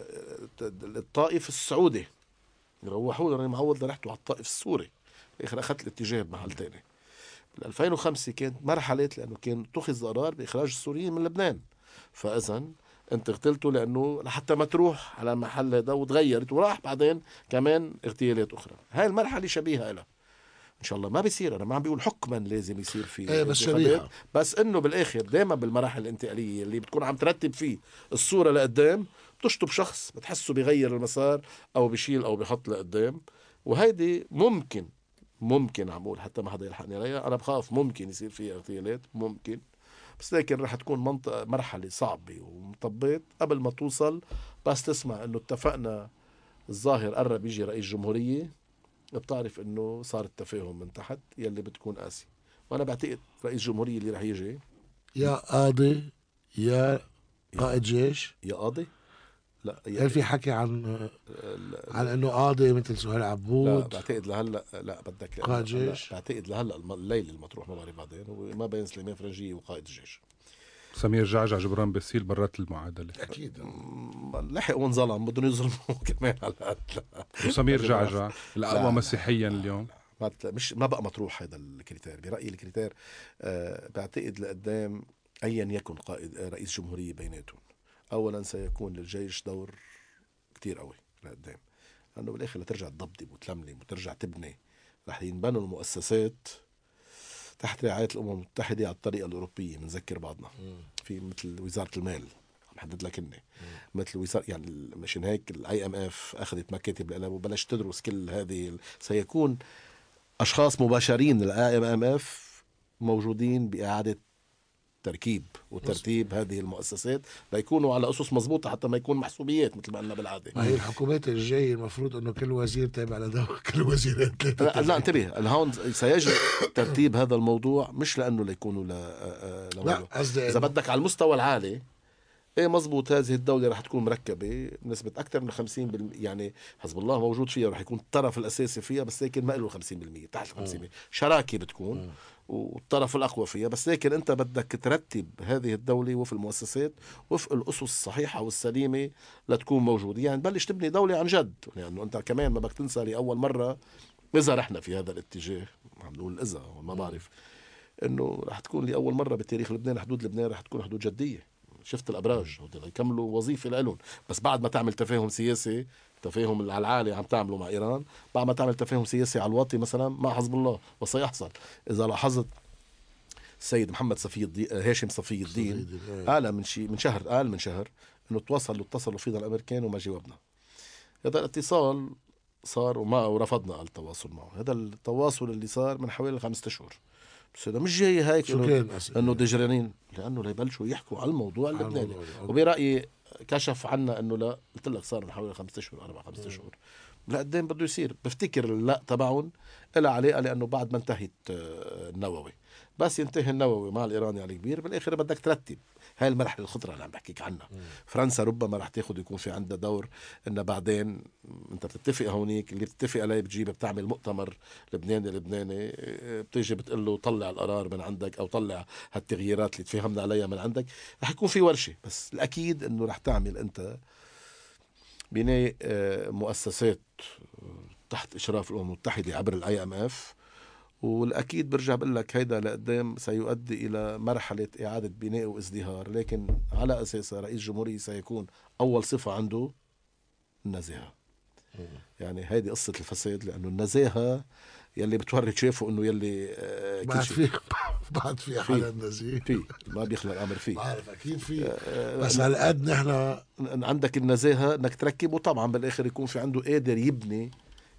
الطائف السعودي، روحوه روني معوض لرحتوا على الطائف السوري، بالاخر اخذت الاتجاه بمحل ثاني. بال ألفين وخمسة كانت مرحله لانه كان اتخذ قرار باخراج السوريين من لبنان، فاذا انت اغتلته لانه لحتى ما تروح على المحل هذا، وتغيرت وراح بعدين كمان اغتيالات اخرى. هاي المرحله شبيهه لها، ان شاء الله ما بيصير، انا ما عم بيقول حكما لازم يصير فيه ايه بس شبيهه، بس انه بالاخر دائما بالمراحل الانتقاليه اللي بتكون عم ترتب فيه الصوره لقدام بتشطب شخص بتحسه بيغير المسار او بيشيل او بيحط لقدام. وهيدي ممكن ممكن عم بقول حتى ما حدا يلحقني عليها، انا بخاف ممكن يصير فيها اغتيالات ممكن، بس لكن رح تكون منطقة مرحلة صعبة ومطبات قبل ما توصل. بس تسمع انه اتفقنا الظاهر قرب يجي رئيس جمهورية، بتعرف انه صار التفاهم من تحت يلي بتكون قاسي. وانا بعتقد رئيس جمهورية اللي رح يجي يا قاضي يا قائد جيش. يا قاضي؟ لا هل في حكي عن عن انه قاضي مثل سهيل عبود؟ لا بعتقد لهلا لا بدك قائد جيش. بعتقد لهلا الليل المطروح ما بعرف بعدين، وما بين سليمان فرنجية وقائد الجيش. سمير جعجع جبران باسيل برات المعادله اكيد لحق وانظلم بدهم يظلموا كمان على وسمير جعجع الاقوى مسيحيا اليوم ما مش ما بقى مطروح هذا الكريتير برايي. الكريتير أه بعتقد لقدام ايا يكن قائد رئيس جمهوريه بيناتهم، اولا سيكون للجيش دور كتير قوي لقدام، لانه بالاخر لترجع تضبطب وتلملم وترجع تبني، رح ينبنوا المؤسسات تحت رعاية الأمم المتحدة على الطريقة الأوروبية. بنذكر بعضنا في مثل وزارة المال عم حدد لك إني مثل وزارة، يعني مشان هيك الاي ام اف أخذت مكاتب لأنها وبلش تدرس كل هذه. سيكون أشخاص مباشرين للاي ام اف موجودين بإعادة تركيب وترتيب هذه المؤسسات ليكونوا على أسس مضبوطة حتى ما يكون محسوبيات مثل ما قلنا بالعادة. ما هي الحكومات الجاية المفروض أنه كل وزير تابع لدور كل وزيرين ثلاثة. لا, لا انتبه هون سيجري ترتيب هذا الموضوع مش لأنه ليكونوا لا إذا بدك على المستوى العالي. ايه مزبوط هذه الدولة رح تكون مركبة بنسبة أكثر من خمسين بالمئة، يعني حزب الله موجود فيها رح يكون الطرف الأساسي فيها، بس لكن ما له خمسين بالمئة تحت خمسين بالمئة شراكة بتكون والطرف الأقوى فيها. بس لكن أنت بدك ترتب هذه الدولة وفي المؤسسات وفق الأسس الصحيحة والسليمة لتكون موجودة، يعني بلش تبني دولة عن جد. يعني أنت كمان ما بدك تنسى لأول مرة إذا رحنا في هذا الاتجاه، عم نقول إذا ما بعرف، إنه رح تكون لأول مرة بتاريخ لبنان حدود لبنان رح تكون حدود جدية. شفت الأبراج يكملوا وظيفة لهم، بس بعد ما تعمل تفاهم سياسي، تفاهم على العالي عم تعمله مع إيران، بعد ما تعمل تفاهم سياسي على الواطي مثلا مع حزب الله، وسيحصل. إذا لاحظت السيد محمد صفي الدين هاشم صفي الدين قال من شي من شهر قال من شهر إنه تواصلوا اتصلوا فينا الأمريكان وما جاوبنا. هذا الاتصال صار وما ورفضنا التواصل معه. هذا التواصل اللي صار من حوالي خمسة أشهر، بس هذا مش جاي هيك إنه, إنه دجرانين، لأنه ليبلشوا يحكوا على الموضوع اللبناني. وبرأيي كشف عنا إنه لا، قلت لك صار من حوالي خمسة أشهر أربع خمسة أشهر لقدام بده يصير. بفتكر لا تبعهم إلى علاقة لأنه بعد ما انتهت النووي، بس ينتهي النووي مع الإيراني على كبير بالآخر بدك ترتب هاي المرحلة الخطرة اللي عم بحكيك عنها. مم. فرنسا ربما رح تاخد يكون في عندها دور، إن بعدين أنت بتتفق هونيك اللي بتتفق عليه بتجيب بتعمل مؤتمر لبناني لبناني بتيجي بتقول له طلع القرار من عندك أو طلع هالتغييرات اللي تفهمنا عليها من عندك. رح يكون في ورشة، بس الأكيد إنه رح تعمل أنت بناء مؤسسات تحت إشراف الأمم المتحدة عبر الاي ام اف، والأكيد برجع بقول لك هيدا لقدام سيؤدي إلى مرحلة إعادة بناء وازدهار، لكن على أساسها رئيس جمهورية سيكون أول صفة عنده النزاهة. يعني هيدي قصة الفساد، لأنه النزاهة يلي بتوري شافه إنه يلي آه بعد في بعد في حالة نزيه في ما بيخلق الأمر فيه، بعرف أكيد في آه بس على قد نحن عندك النزاهة إنك تركب، وطبعا بالآخر يكون في عنده قادر يبني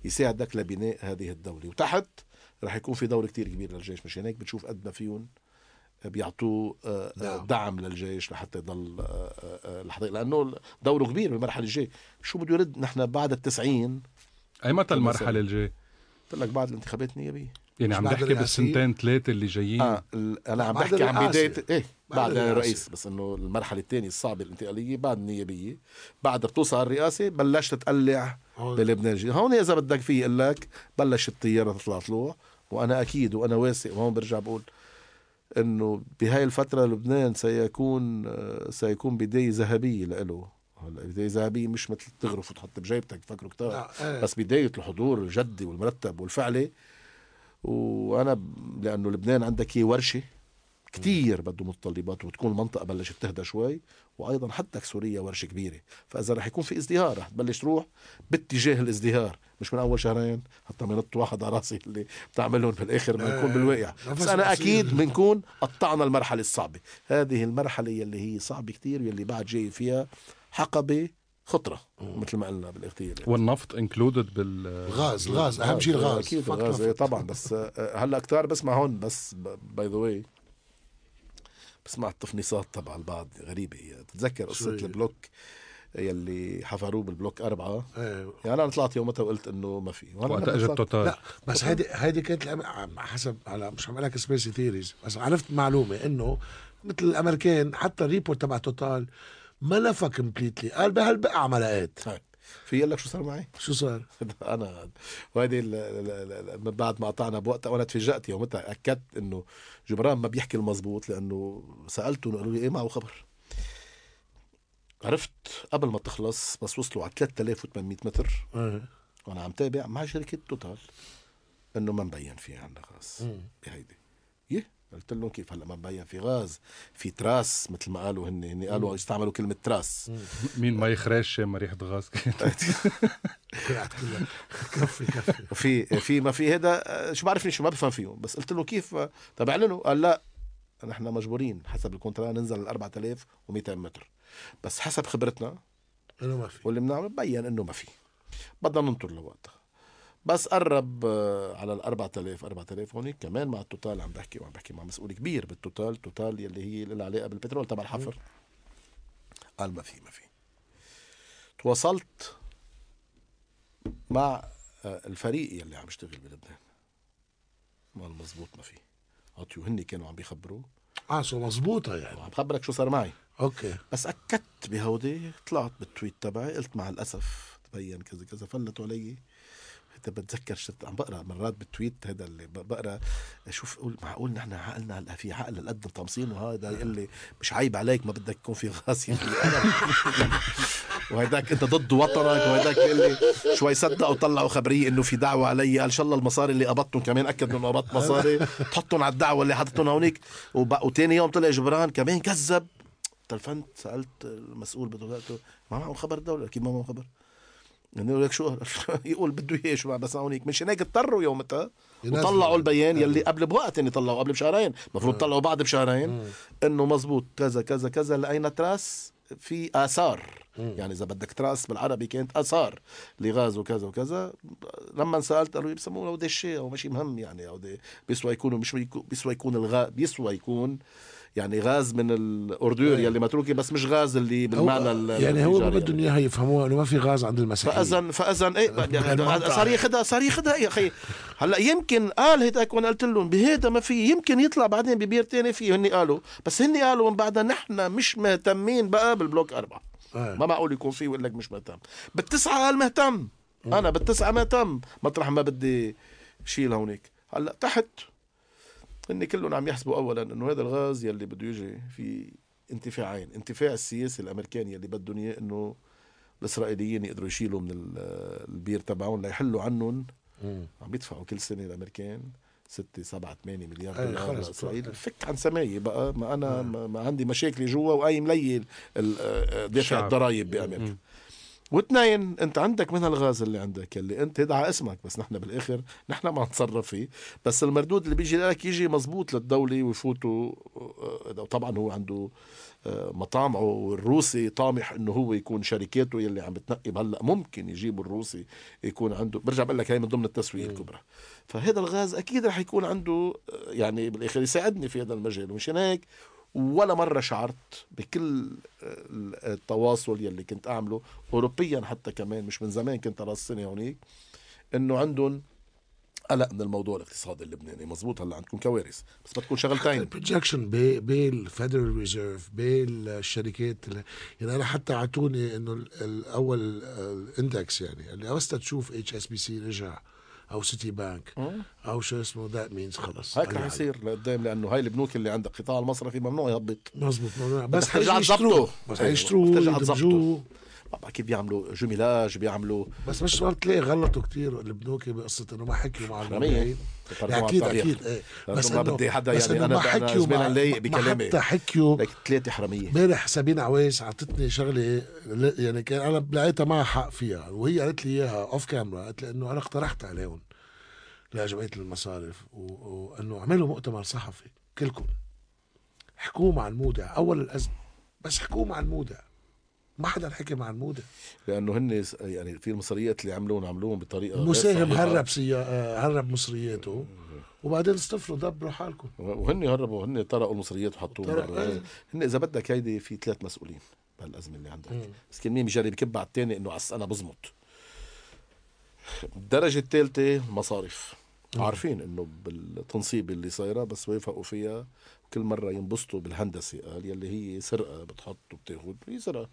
يساعدك لبناء هذه الدولة. وتحت رح يكون في دور كتير كبير للجيش، مش هيك بتشوف قد ما فيهم بيعطوه دعم للجيش لحتى يضل لحتى، لأنه دوره كبير بالمرحلة الجاية. شو بده يرد؟ نحن بعد التسعين أي متى المرحلة الجاية؟ قلت لك بعد الانتخابات النيابية. يعني عم نحكي بالسنتين ثلاثة اللي جايين. آه أنا عم بحكي عن بداية إيه بعد الرئيس، بس إنه المرحلة الثانية الصعبة الانتقالية بعد النيابية، بعد بتوصل الرئاسة بلشت تقلع بلبنان. هون إذا بدك فيه يقول لك بلش الطيارة تطلع طلوع. وأنا أكيد وأنا واثق، وهون برجع بقول إنه بهاي الفترة لبنان سيكون سيكون بداية ذهبية لإله. هلا بداية ذهبية مش مثل تغرف وتحط بجيبتك تفكروا كتار، بس بداية الحضور الجدي والمرتب والفعلي. وأنا لأنه لبنان عندك هي ورشة كتير بده متطلبات، وتكون المنطقة بلشت تهدى شوي، وأيضا حتى سوريا ورشة كبيرة. فإذا رح يكون في ازدهار رح تبلش تروح باتجاه الازدهار، مش من أول شهرين حتى ما ينط واحد على راسي اللي بتعملهم بالآخر ما يكون بالواقع. بس أنا أكيد بنكون قطعنا المرحلة الصعبة. هذه المرحلة يلي هي صعبة كتير، يلي بعد جاي فيها حقبة خطرة مثل ما قلنا بالاغتيال. والنفط انكلودد بالغاز. الغاز أهم شيء الغاز. أكيد الغاز طبعا. بس هلا كتار بسمع هون، بس باي ذا واي بسمع التفنيصات تبع البعض غريبة. تتذكر قصة البلوك يلي حفروه بالبلوك أربعة؟ ايه. يعني أنا طلعت يومتها وقلت إنه ما في، وقت أجت توتال. لا بس هيدي هيدي كانت الأم... حسب على مش عم لك سبيسي ثيريز، بس عرفت معلومة إنه مثل الأمريكان حتى الريبورت تبع توتال ما لفى كمبليتلي، قال بهالبقى عمليات. في يقول لك شو صار معي؟ شو صار؟ أنا وهذه من بعد ما قطعنا بوقتها، وأنا تفاجأت يومتها، أكدت إنه جبران ما بيحكي المزبوط، لأنه سألته قالوا لي إيه معه خبر. عرفت قبل ما تخلص بس وصلوا على ثلاثة آلاف وثمانمية متر اه. وأنا عم تابع مع شركة توتال إنه ما مبين في عندنا غاز بهيدي. يه قلت لهم كيف هلا ما مبين في غاز؟ في تراس مثل ما قالوا هن هن قالوا يستعملوا كلمة تراس. مين ما يخرج ما ريحة غاز كفي كفي. في في ما في هذا شو بعرفني شو ما بفهم فيهم. بس قلت له كيف تبع لنا؟ قال لا نحن مجبورين حسب الكونترا ننزل ل أربعة آلاف ومئتين متر، بس حسب خبرتنا إنه ما في، واللي بنعمل بين إنه ما في، بدنا ننطر لوقتها. بس قرب على الأربعة آلاف أربعة آلاف هونيك كمان مع التوتال عم بحكي وعم بحكي مع مسؤول كبير بالتوتال، توتال يلي هي اللي علاقة بالبترول تبع الحفر. قال ما في ما في. تواصلت مع الفريق يلي عم يشتغل بلبنان، ما المزبوط ما في. عطيو هني كانوا عم بيخبروا اه سو مزبوطة يعني. عم بخبرك شو صار معي. اوكي. بس أكدت بهودي، طلعت بالتويت تبعي قلت مع الأسف تبين كذا كذا، فلتوا علي. انت بتذكر شفت عم بقرا مرات بالتويت هذا اللي بقرا اشوف اقول معقول نحن عقلنا في عقل القد التمصين، وهذا يقول لي مش عيب عليك ما بدك يكون في غاز يعني وهيداك انت ضد وطنك، وهيداك بيقول لي شوي صدقوا طلعوا خبريه انه في دعوه علي، قال ان شاء الله المصاري اللي قبضتهم كمان اكد انه قبضت مصاري تحطهم على الدعوه اللي حطتهم هونيك. وتاني يوم طلع جبران كمان كذب. تلفنت سالت المسؤول بتوقعته ما معه خبر الدوله. كيف ما معه خبر؟ يقول لك شو يقول بده اياه شو بس هونيك. مش هيك اضطروا يومتها وطلعوا البيان يلي قبل بوقت يعني طلعوا قبل بشهرين، المفروض طلعوا بعد بشهرين انه مزبوط كذا كذا كذا. لقينا تراس في آثار، يعني إذا بدك تراس بالعربي كانت آثار لغاز وكذا وكذا. لما سألت قالوا بيسموه لو دشة أو ماشي مهم يعني، أو بيسوى يكونوا مش بيسوى يكون الغاز، بيسوى يكون يعني غاز من الأردور يلي متروكي، بس مش غاز اللي بالمعنى يعني هو ما بدهم إياها يفهموها إنه ما في غاز عند المسيحيين. فأذن فأذن إيه صار ياخدها صار ياخدها يا أخي. هلا يمكن قال هيك وأنا قلت لهم بهذا ما في، يمكن يطلع بعدين ببير تاني فيه. هني قالوا بس هني قالوا من بعدها نحن مش مهتمين بقى بالبلوك أربعة. آه. ما معقول يكون فيه ويقول لك مش مهتم. بالتسعة قال مهتم. م. أنا بالتسعة مهتم مطرح ما بدي شيل هونيك. هلا تحت إن كلهم عم يحسبوا أولا إنه هذا الغاز يلي بده يجي في انتفاعين، انتفاع السياسي الأمريكاني اللي بدهم إياه إنه الإسرائيليين يقدروا يشيلوا من البير تبعهم ليحلوا عنهم. م. عم يدفعوا كل سنة الأمريكان ستة سبعة ثمانية مليار دولار لإسرائيل. فك عن سماية بقى، ما أنا م. ما عندي مشاكل جوا وأي مليل دافع الضرائب بأمريكا. واثنين انت عندك من هالغاز اللي عندك اللي انت يدعى اسمك بس نحن بالاخر نحن ما نتصرف فيه، بس المردود اللي بيجي لك يجي مزبوط للدولة ويفوتوا. طبعا هو عنده مطامعه، والروسي طامح انه هو يكون شركاته يلي عم بتنقب هلا ممكن يجيبوا الروسي يكون عنده، برجع بقول لك هي من ضمن التسوية الكبرى. فهذا الغاز اكيد رح يكون عنده يعني بالاخر يساعدني في هذا المجال. ومشان هيك ولا مرة شعرت بكل التواصل يلي كنت أعمله أوروبيا حتى كمان مش من زمان كنت راس السنة هونيك إنه عندهم قلق من الموضوع الاقتصادي اللبناني. مزبوط هلا عندكم كوارث بس بتكون شغلتين البروجكشن بالفيدرال ريزيرف بالشركات. يعني أنا حتى عطوني إنه الأول الاندكس يعني اللي أوسط تشوف اتش اس بي سي رجع او سيتي بانك او شو اسمه ذات مينز خلص هيك رح يصير لقدام، لانه هاي البنوك اللي عندك القطاع المصرفي ممنوع يهبط. مزبوط ممنوع بس حيرجع تظبطه بس حيشتروه اكيد بيعملوا جميلاج بيعملوا بس مش ما بتلاقي غلطوا كتير البنوك بقصه انه ما حكيوا مع المبيعين. اكيد اكيد ايه بس ما بدي حدا يعني انا حكيوا مع لايق بكلامي حتى حكيوا لك ثلاثه حراميه. امبارح سابين عويس عطتني شغله يعني كان انا لقيتها معها حق فيها وهي قالت لي اياها اوف كاميرا. قالت لي انه انا اقترحت عليهم لجمعيه المصارف وانه اعملوا مؤتمر صحفي كلكم حكوا مع المودع اول الازمه، بس حكوا مع المودع ما حدا حكي مع المودع لانه هن يعني في المصريات اللي عملوهم عملوهم بطريقه المساهم هرب سيا... هرب مصرياته وبعدين استفروا دبروا حالكم وهن هربوا هن طرقوا المصريات وحطوهم. هن اذا بدك هيدي في ثلاث مسؤولين بهالازمه اللي عندك. مم. بس كل مين بيجرب يكب على الثاني انه عس انا بزمط. الدرجه الثالثه المصارف مم. عارفين انه بالتنصيب اللي صايره بس ويفقوا فيها وكل مره ينبسطوا بالهندسه قال يلي هي سرقه بتحط وبتاخذ هي سرقه.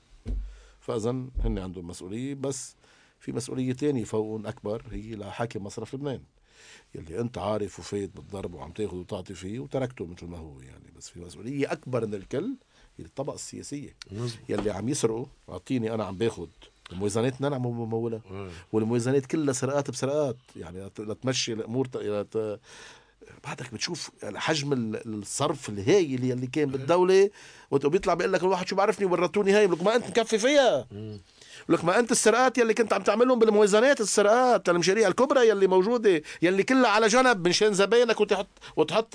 فاذا هن عندهم مسؤوليه، بس في مسؤوليه تانية فوقهم اكبر هي لحاكم مصرف لبنان يلي انت عارف وفايت بالضرب وعم تاخذ وتعطي فيه وتركته مثل ما هو يعني. بس في مسؤوليه اكبر من الكل هي الطبقه السياسيه مزبط. يلي عم يسرقوا اعطيني انا عم باخذ الموازنات نعم مموله والموازنات كلها سرقات بسرقات يعني لتمشي الامور لت... بعدك بتشوف حجم الصرف الهائل اللي كان بالدوله وبيطلع بيقول لك الواحد شو بعرفني ورطوني هاي بقول لك ما انت مكفي فيها. لك ما انت السرقات يلي كنت عم تعملهم بالموازنات السرقات المشاريع الكبرى يلي موجوده يلي كلها على جنب منشان زباينك وتحط وتحط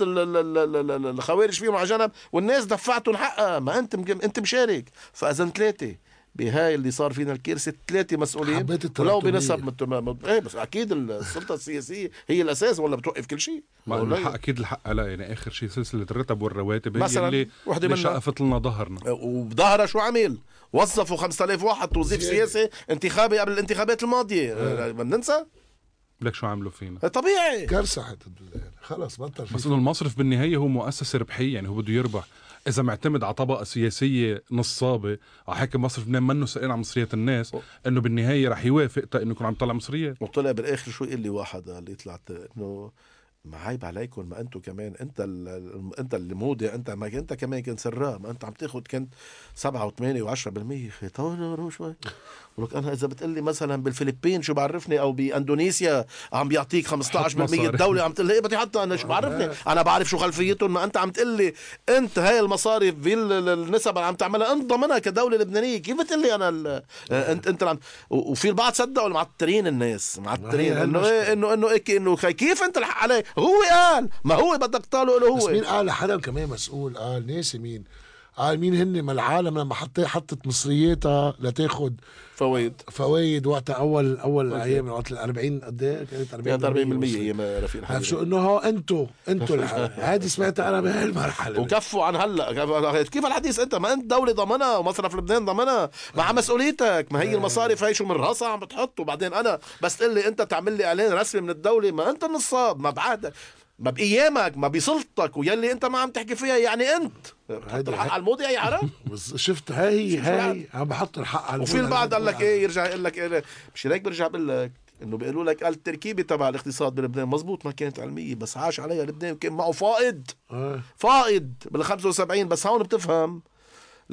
الخوارج فيهم على جنب والناس دفعتهم حقها ما انت انت مشارك. فاذا ثلاثه بهاي اللي صار فينا الكارثه ثلاثه مسؤولين ولو بنسب مت... ايه بس اكيد السلطه السياسيه هي الاساس ولا بتوقف كل شيء. الحق اكيد الحق لا يعني اخر شيء سلسله الرتب والرواتب مثلا اللي وحده منها شقفت لنا ظهرنا وبظهرها شو عمل وظفوا خمسة آلاف واحد توظيف سياسي انتخابي قبل الانتخابات الماضيه ما بننسى لك شو عملوا فينا طبيعي كارثه حتى خلص بطل. بس انه المصرف بالنهايه هو مؤسسه ربحيه يعني هو بده يربح. إذا معتمد على طبقة سياسية نصابة على حاكم مصرف لبنان منه سائل عن مصريات الناس إنه بالنهاية رح يوافق تا إنه يكون عم طلع مصريات. وطلع بالآخر شو يقول لي واحد اللي يطلع إنه ما عيب عليكم ما أنتوا كمان أنت أنت اللي مودع أنت ما أنت كمان كنت سراء ما أنت عم تاخد كنت سبعة وثمانية وعشرة بالمية خيطان شوي. ولك أنا إذا بتقلي مثلا بالفلبين شو بعرفني أو بإندونيسيا عم بيعطيك خمسة عشر بالمية الدولة عم تقلي إيه بدي حتى أنا شو بعرفني أنا بعرف شو خلفيتهم. ما أنت عم تقلي أنت هاي المصاريف في النسب اللي عم تعملها أنت ضمنها كدولة لبنانية كيف بتقلي أنا أنت أنت عم وفي البعض صدقوا المعترين الناس معترين إنه إيه إنه إنه إيه إنه كيف أنت الحق عليه هو قال ما هو بدك تطالوا له هو. بس مين قال حدا كمان مسؤول قال ناسي مين قال مين هن ما العالم لما حطت حطت مصرياتها لتاخد فوائد فوائد وقت اول اول ايام وقت ال أربعين قد ايه كانت أربعين بالمية هي ما رفيق الحديث شو انه هو انتو انتو هذه سمعتها انا بهالمرحله وكفوا عن هلا كيف الحديث انت ما انت دوله ضمنها ومصرف لبنان ضمنها مع مسؤوليتك ما هي المصاريف هي شو من راسها عم بتحط وبعدين انا بس تقول لي انت تعمل لي اعلان رسمي من الدوله ما انت النصاب ما بعد ما بأيامك ما بسلطتك ويلي انت ما عم تحكي فيها يعني انت بتحط الحق على الموضوع يا عرب. شفت هاي هاي عم بحط الحق على وفي البعض قال لك ايه يرجع يقول لك ايه مش هيك برجع بقول لك انه بيقولوا لك قال التركيبه تبع الاقتصاد بلبنان مزبوط ما كانت علميه بس عاش عليها لبنان كان معه فائض آه. فائض بال خمسة وسبعين. بس هون بتفهم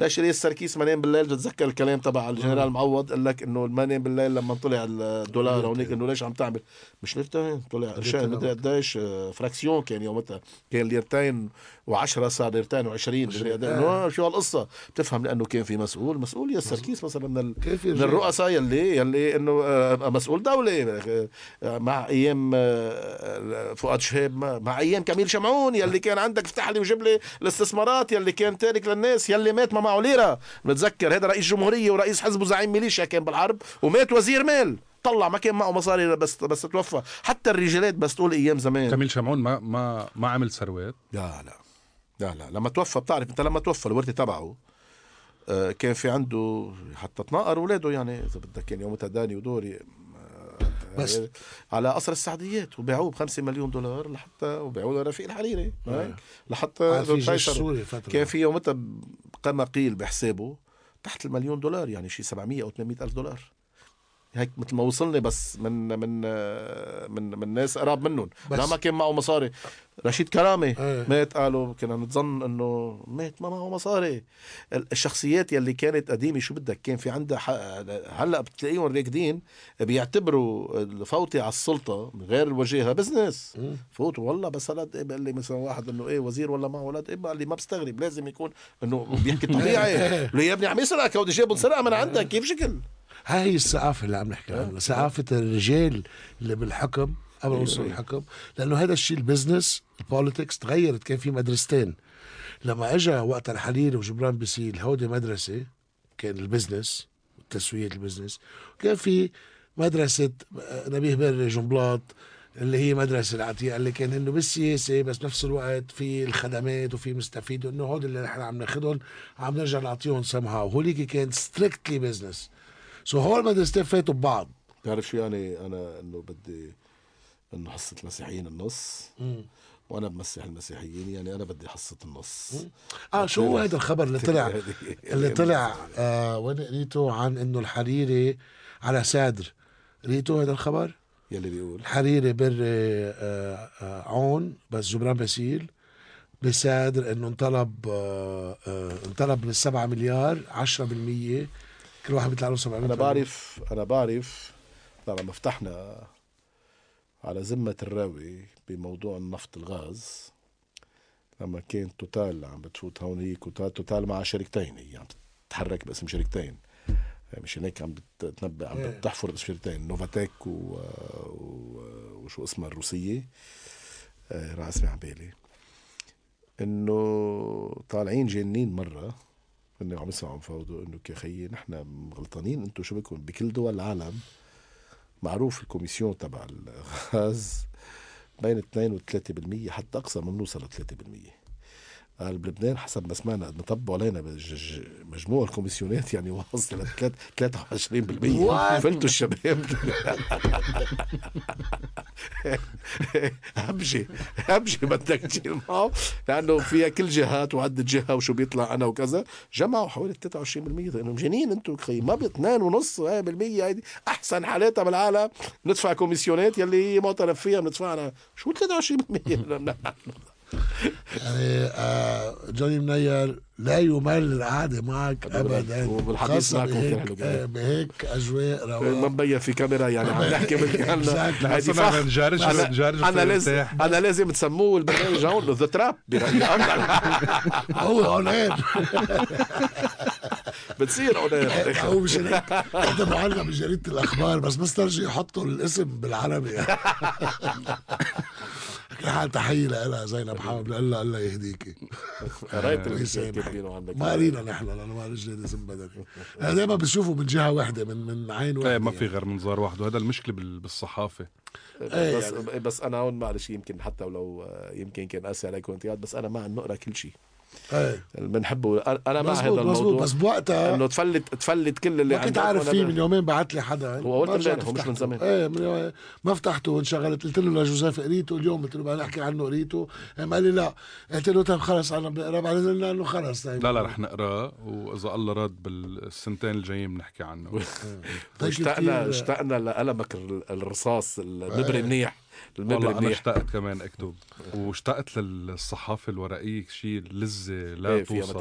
لا رئيس سركيس ما نام بالليل. بتذكر الكلام تبع الجنرال معوض قال لك انه ما نام بالليل لما طلع الدولار هونيك انه ليش عم تعمل مش ليرتين طلع قرشين مدري قديش فراكسيون كان يومتها كان ليرتين وعشرة صار ليرتين وعشرين مدري قديش شو هالقصة. بتفهم لانه كان في مسؤول مسؤول يا سركيس مثلا من, ال... من الرؤساء يلي يلي انه مسؤول دولة مع ايام فؤاد شهاب مع ايام كميل شمعون يلي كان عندك افتح لي وجيب لي الاستثمارات يلي كان تارك للناس يلي مات ما معه ليرة. بتذكر هذا رئيس جمهورية ورئيس حزب وزعيم ميليشيا كان بالحرب ومات وزير مال طلع ما كان معه مصاري بس بس توفى. حتى الرجالات بس تقول ايام زمان كميل شمعون ما ما ما عمل ثروات. لا لا لا لا لما توفى بتعرف انت لما توفى الورثة تبعه آه كان في عنده حتى تناقر اولاده يعني اذا بدك كان يومتها داني ودوري بس على قصر السعديات وبيعوه بخمسة مليون دولار لحتى وبيعوه لرفيق الحريري آه. لحتى كان في يومتها كما قيل بحسابه تحت المليون دولار يعني شيء سبعمية أو ثمانمية ألف دولار هيك مثل ما وصلني بس من من من من ناس قراب منهم. لا ما كان معه مصاري. رشيد كرامي ايه. مات قالوا كنا نتظن انه مات ما معه مصاري. الشخصيات يلي كانت قديمه شو بدك كان في عندها هلا بتلاقيهم راكدين بيعتبروا الفوتي على السلطه من غير الوجاهه بزنس. فوتوا والله بس هلا قال لي مثلا واحد انه ايه وزير ولا معه ولد قال لي ما بستغرب لازم يكون انه بيحكي طبيعي. يا ابني عم يسرقك ودي جايبهم سرقه من عندك كيف شكل. هاي الثقافة اللي عم نحكي عنها ثقافة الرجال اللي بالحكم قبل وصول الحكم لأنه هذا الشيء البزنس البوليتكس تغيرت. كان في مدرستين لما اجى وقت الحريري وجبران باسيل هودي مدرسة كان البزنس تسوية البزنس وكان في مدرسة نبيه بري جنبلاط اللي هي مدرسة العتيقة اللي كان انه بالسياسة بس نفس الوقت في الخدمات وفي مستفيد انه هود اللي نحن عم ناخدهم عم نرجع نعطيهم سمها وهوليك كان ستريكتلي بزنس. سو هو المدرستين فاتوا ببعض. تعرف شو يعني انا انه بدي انه حصة المسيحيين النص مم. وانا بمسح المسيحيين يعني انا بدي حصة النص. مم. اه شو هو هذا الخبر اللي طلع اللي طلع آه وانا قريته عن انه الحريري على سادر قريته هذا الخبر يلي بيقول الحريري بر آه آه عون بس جبران باسيل بسادر انه انطلب آه آه انطلب من السبعة مليار عشرة بالمية كل واحد بيطلع له سبعة مليار. انا بعرف انا بعرف لما فتحنا على ذمة الراوي بموضوع النفط الغاز لما كان توتال عم بتفوت هون هي توتال مع شركتين هي عم تتحرك باسم شركتين مش هيك عم بتنبأ عم بتحفر باسم شركتين نوفاتيك و... و... وشو اسمها الروسية آه راح اسمع بالي انه طالعين جنين مرة انه عم يسمعوا مفاوضوا انه يا خيي نحن غلطانين انتم شو بكون بكل دول العالم معروف الكوميسيون تبع الغاز بين اثنين وثلاثة بالمية حتى أقصى من نوصل لثلاثة بالمية. قال بلبنان حسب ما سمعنا قد نطبقوا علينا مجموع الكوميسيونات يعني واصل ل ثلاثة وعشرين بالمية. فلتوا الشباب أبجي أبجي بدك تشيل معه لأنه فيها كل جهات وعدة جهة وشو بيطلع أنا وكذا جمعوا حوالي ثلاثة وعشرين بالمية. إنه مجانين أنتوا خي ما باثنين ونص بالمية هيدي أحسن حالاتها بالعالم ندفع كوميسيونات يلي معترف فيها بندفعنا شو ثلاثة وعشرين بالمية. يعني آه جوني منير لا يمل القعدة معك أبدا وبالحديث معكم بهيك, آه بهيك أجواء رواق ما مبين في كاميرا يعني عم نحكي من جارج أنا لازم أنا لازم تسموه البرنامج هون ذا تراب هو هون بتصير هون هو مش هيك هذا معلم بجريدة الأخبار بس مسترجي يحطوا الاسم بالعربي. حال تحية لها زينب حامد الله الله يهديكي. قريت ما قرينا نحن لأنه ما رجلي اسم بدك دائما بتشوفوا من جهة واحدة من من عين واحدة ما في غير منظار واحد وهذا المشكلة بالصحافة. بس يعني. بس أنا هون معلش يمكن حتى ولو يمكن كان قاسي عليكم انتقاد بس أنا ما نقرأ كل شيء. بنحبه انا مع هذا الموضوع بس بوقتها انه تفلت تفلت كل اللي عندك. كنت عارف فيه من يومين بعت لي حدا هو قلت له هو مش من زمان ايه من ما فتحته وانشغلت قلت له لجوزيف قريته اليوم قلت له بدنا نحكي عنه قريته قال لي لا قلت له طيب خلص انا بنقرا بعدين قلنا انه خلص طيب لا لا رح نقراه واذا الله راد بالسنتين الجايين بنحكي عنه. اشتقنا اشتقنا لقلمك الرصاص المبري منيح والله أنا اشتقت كمان أكتب واشتقت للصحافة الورقية شيء لذة لا فيها توصف متعة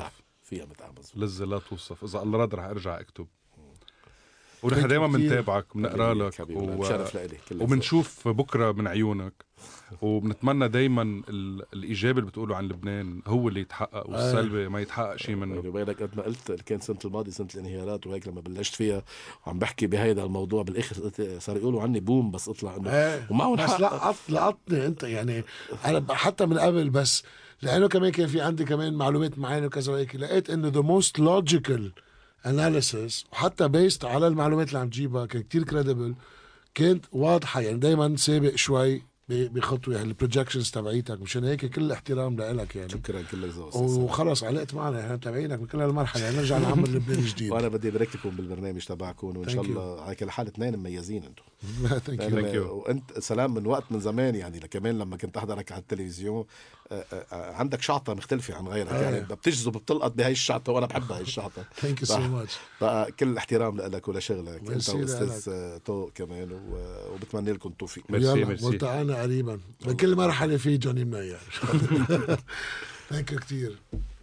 فيها متقمص. لذة لا توصف، اذا الله راد رح ارجع اكتب. ونحن دائما بنتابعك بنقرا لك و... وبنشوف بكره من عيونك، وبنتمنى دائما ال... الايجابي اللي بتقوله عن لبنان هو اللي يتحقق والسلبي ما يتحقق شيء منه. يعني بالك قد ما قلت كان سنه الماضي سنه الانهيارات وهيك لما بلشت فيها وعم بحكي بهيدا الموضوع بالاخر صار يقولوا عني بوم، بس اطلع انه ايه. ومعهم بس حق. لقط لقطني انت يعني انا حتى من قبل، بس لانه كمان كان في عندي كمان معلومات معينه وكذا وهيك، لقيت انه the most logical analysis وحتى بيست على المعلومات اللي عم تجيبها كان كتير credible، كانت واضحه يعني دايما سابق شوي بخطوه يعني البروجكشنز تبعيتك. مشان هيك كل الاحترام لك يعني. شكرا كلك زوز. وخلص علقت معنا، احنا متابعينك من كل هالمرحله يعني نرجع نعمر لبنان جديد. وانا بدي ابارك لكم بالبرنامج تبعكم وان شاء الله على كل حال اثنين مميزين انتم. ثانك يو. وانت سلام من وقت من زمان يعني كمان لما كنت احضرك على التلفزيون عندك شعطه مختلفه عن غيرك يعني بتجذب بتلقط بهي الشعطه وانا بحب هاي الشعطه. ثانك يو سو ماتش. بقى كل الاحترام لك ولشغلك انت واستاذ تو كمان، وبتمنى لكم التوفيق. ميرسي ميرسي. والتقانا قريبا بكل مرحله في جوني منير. ثانك يو كثير.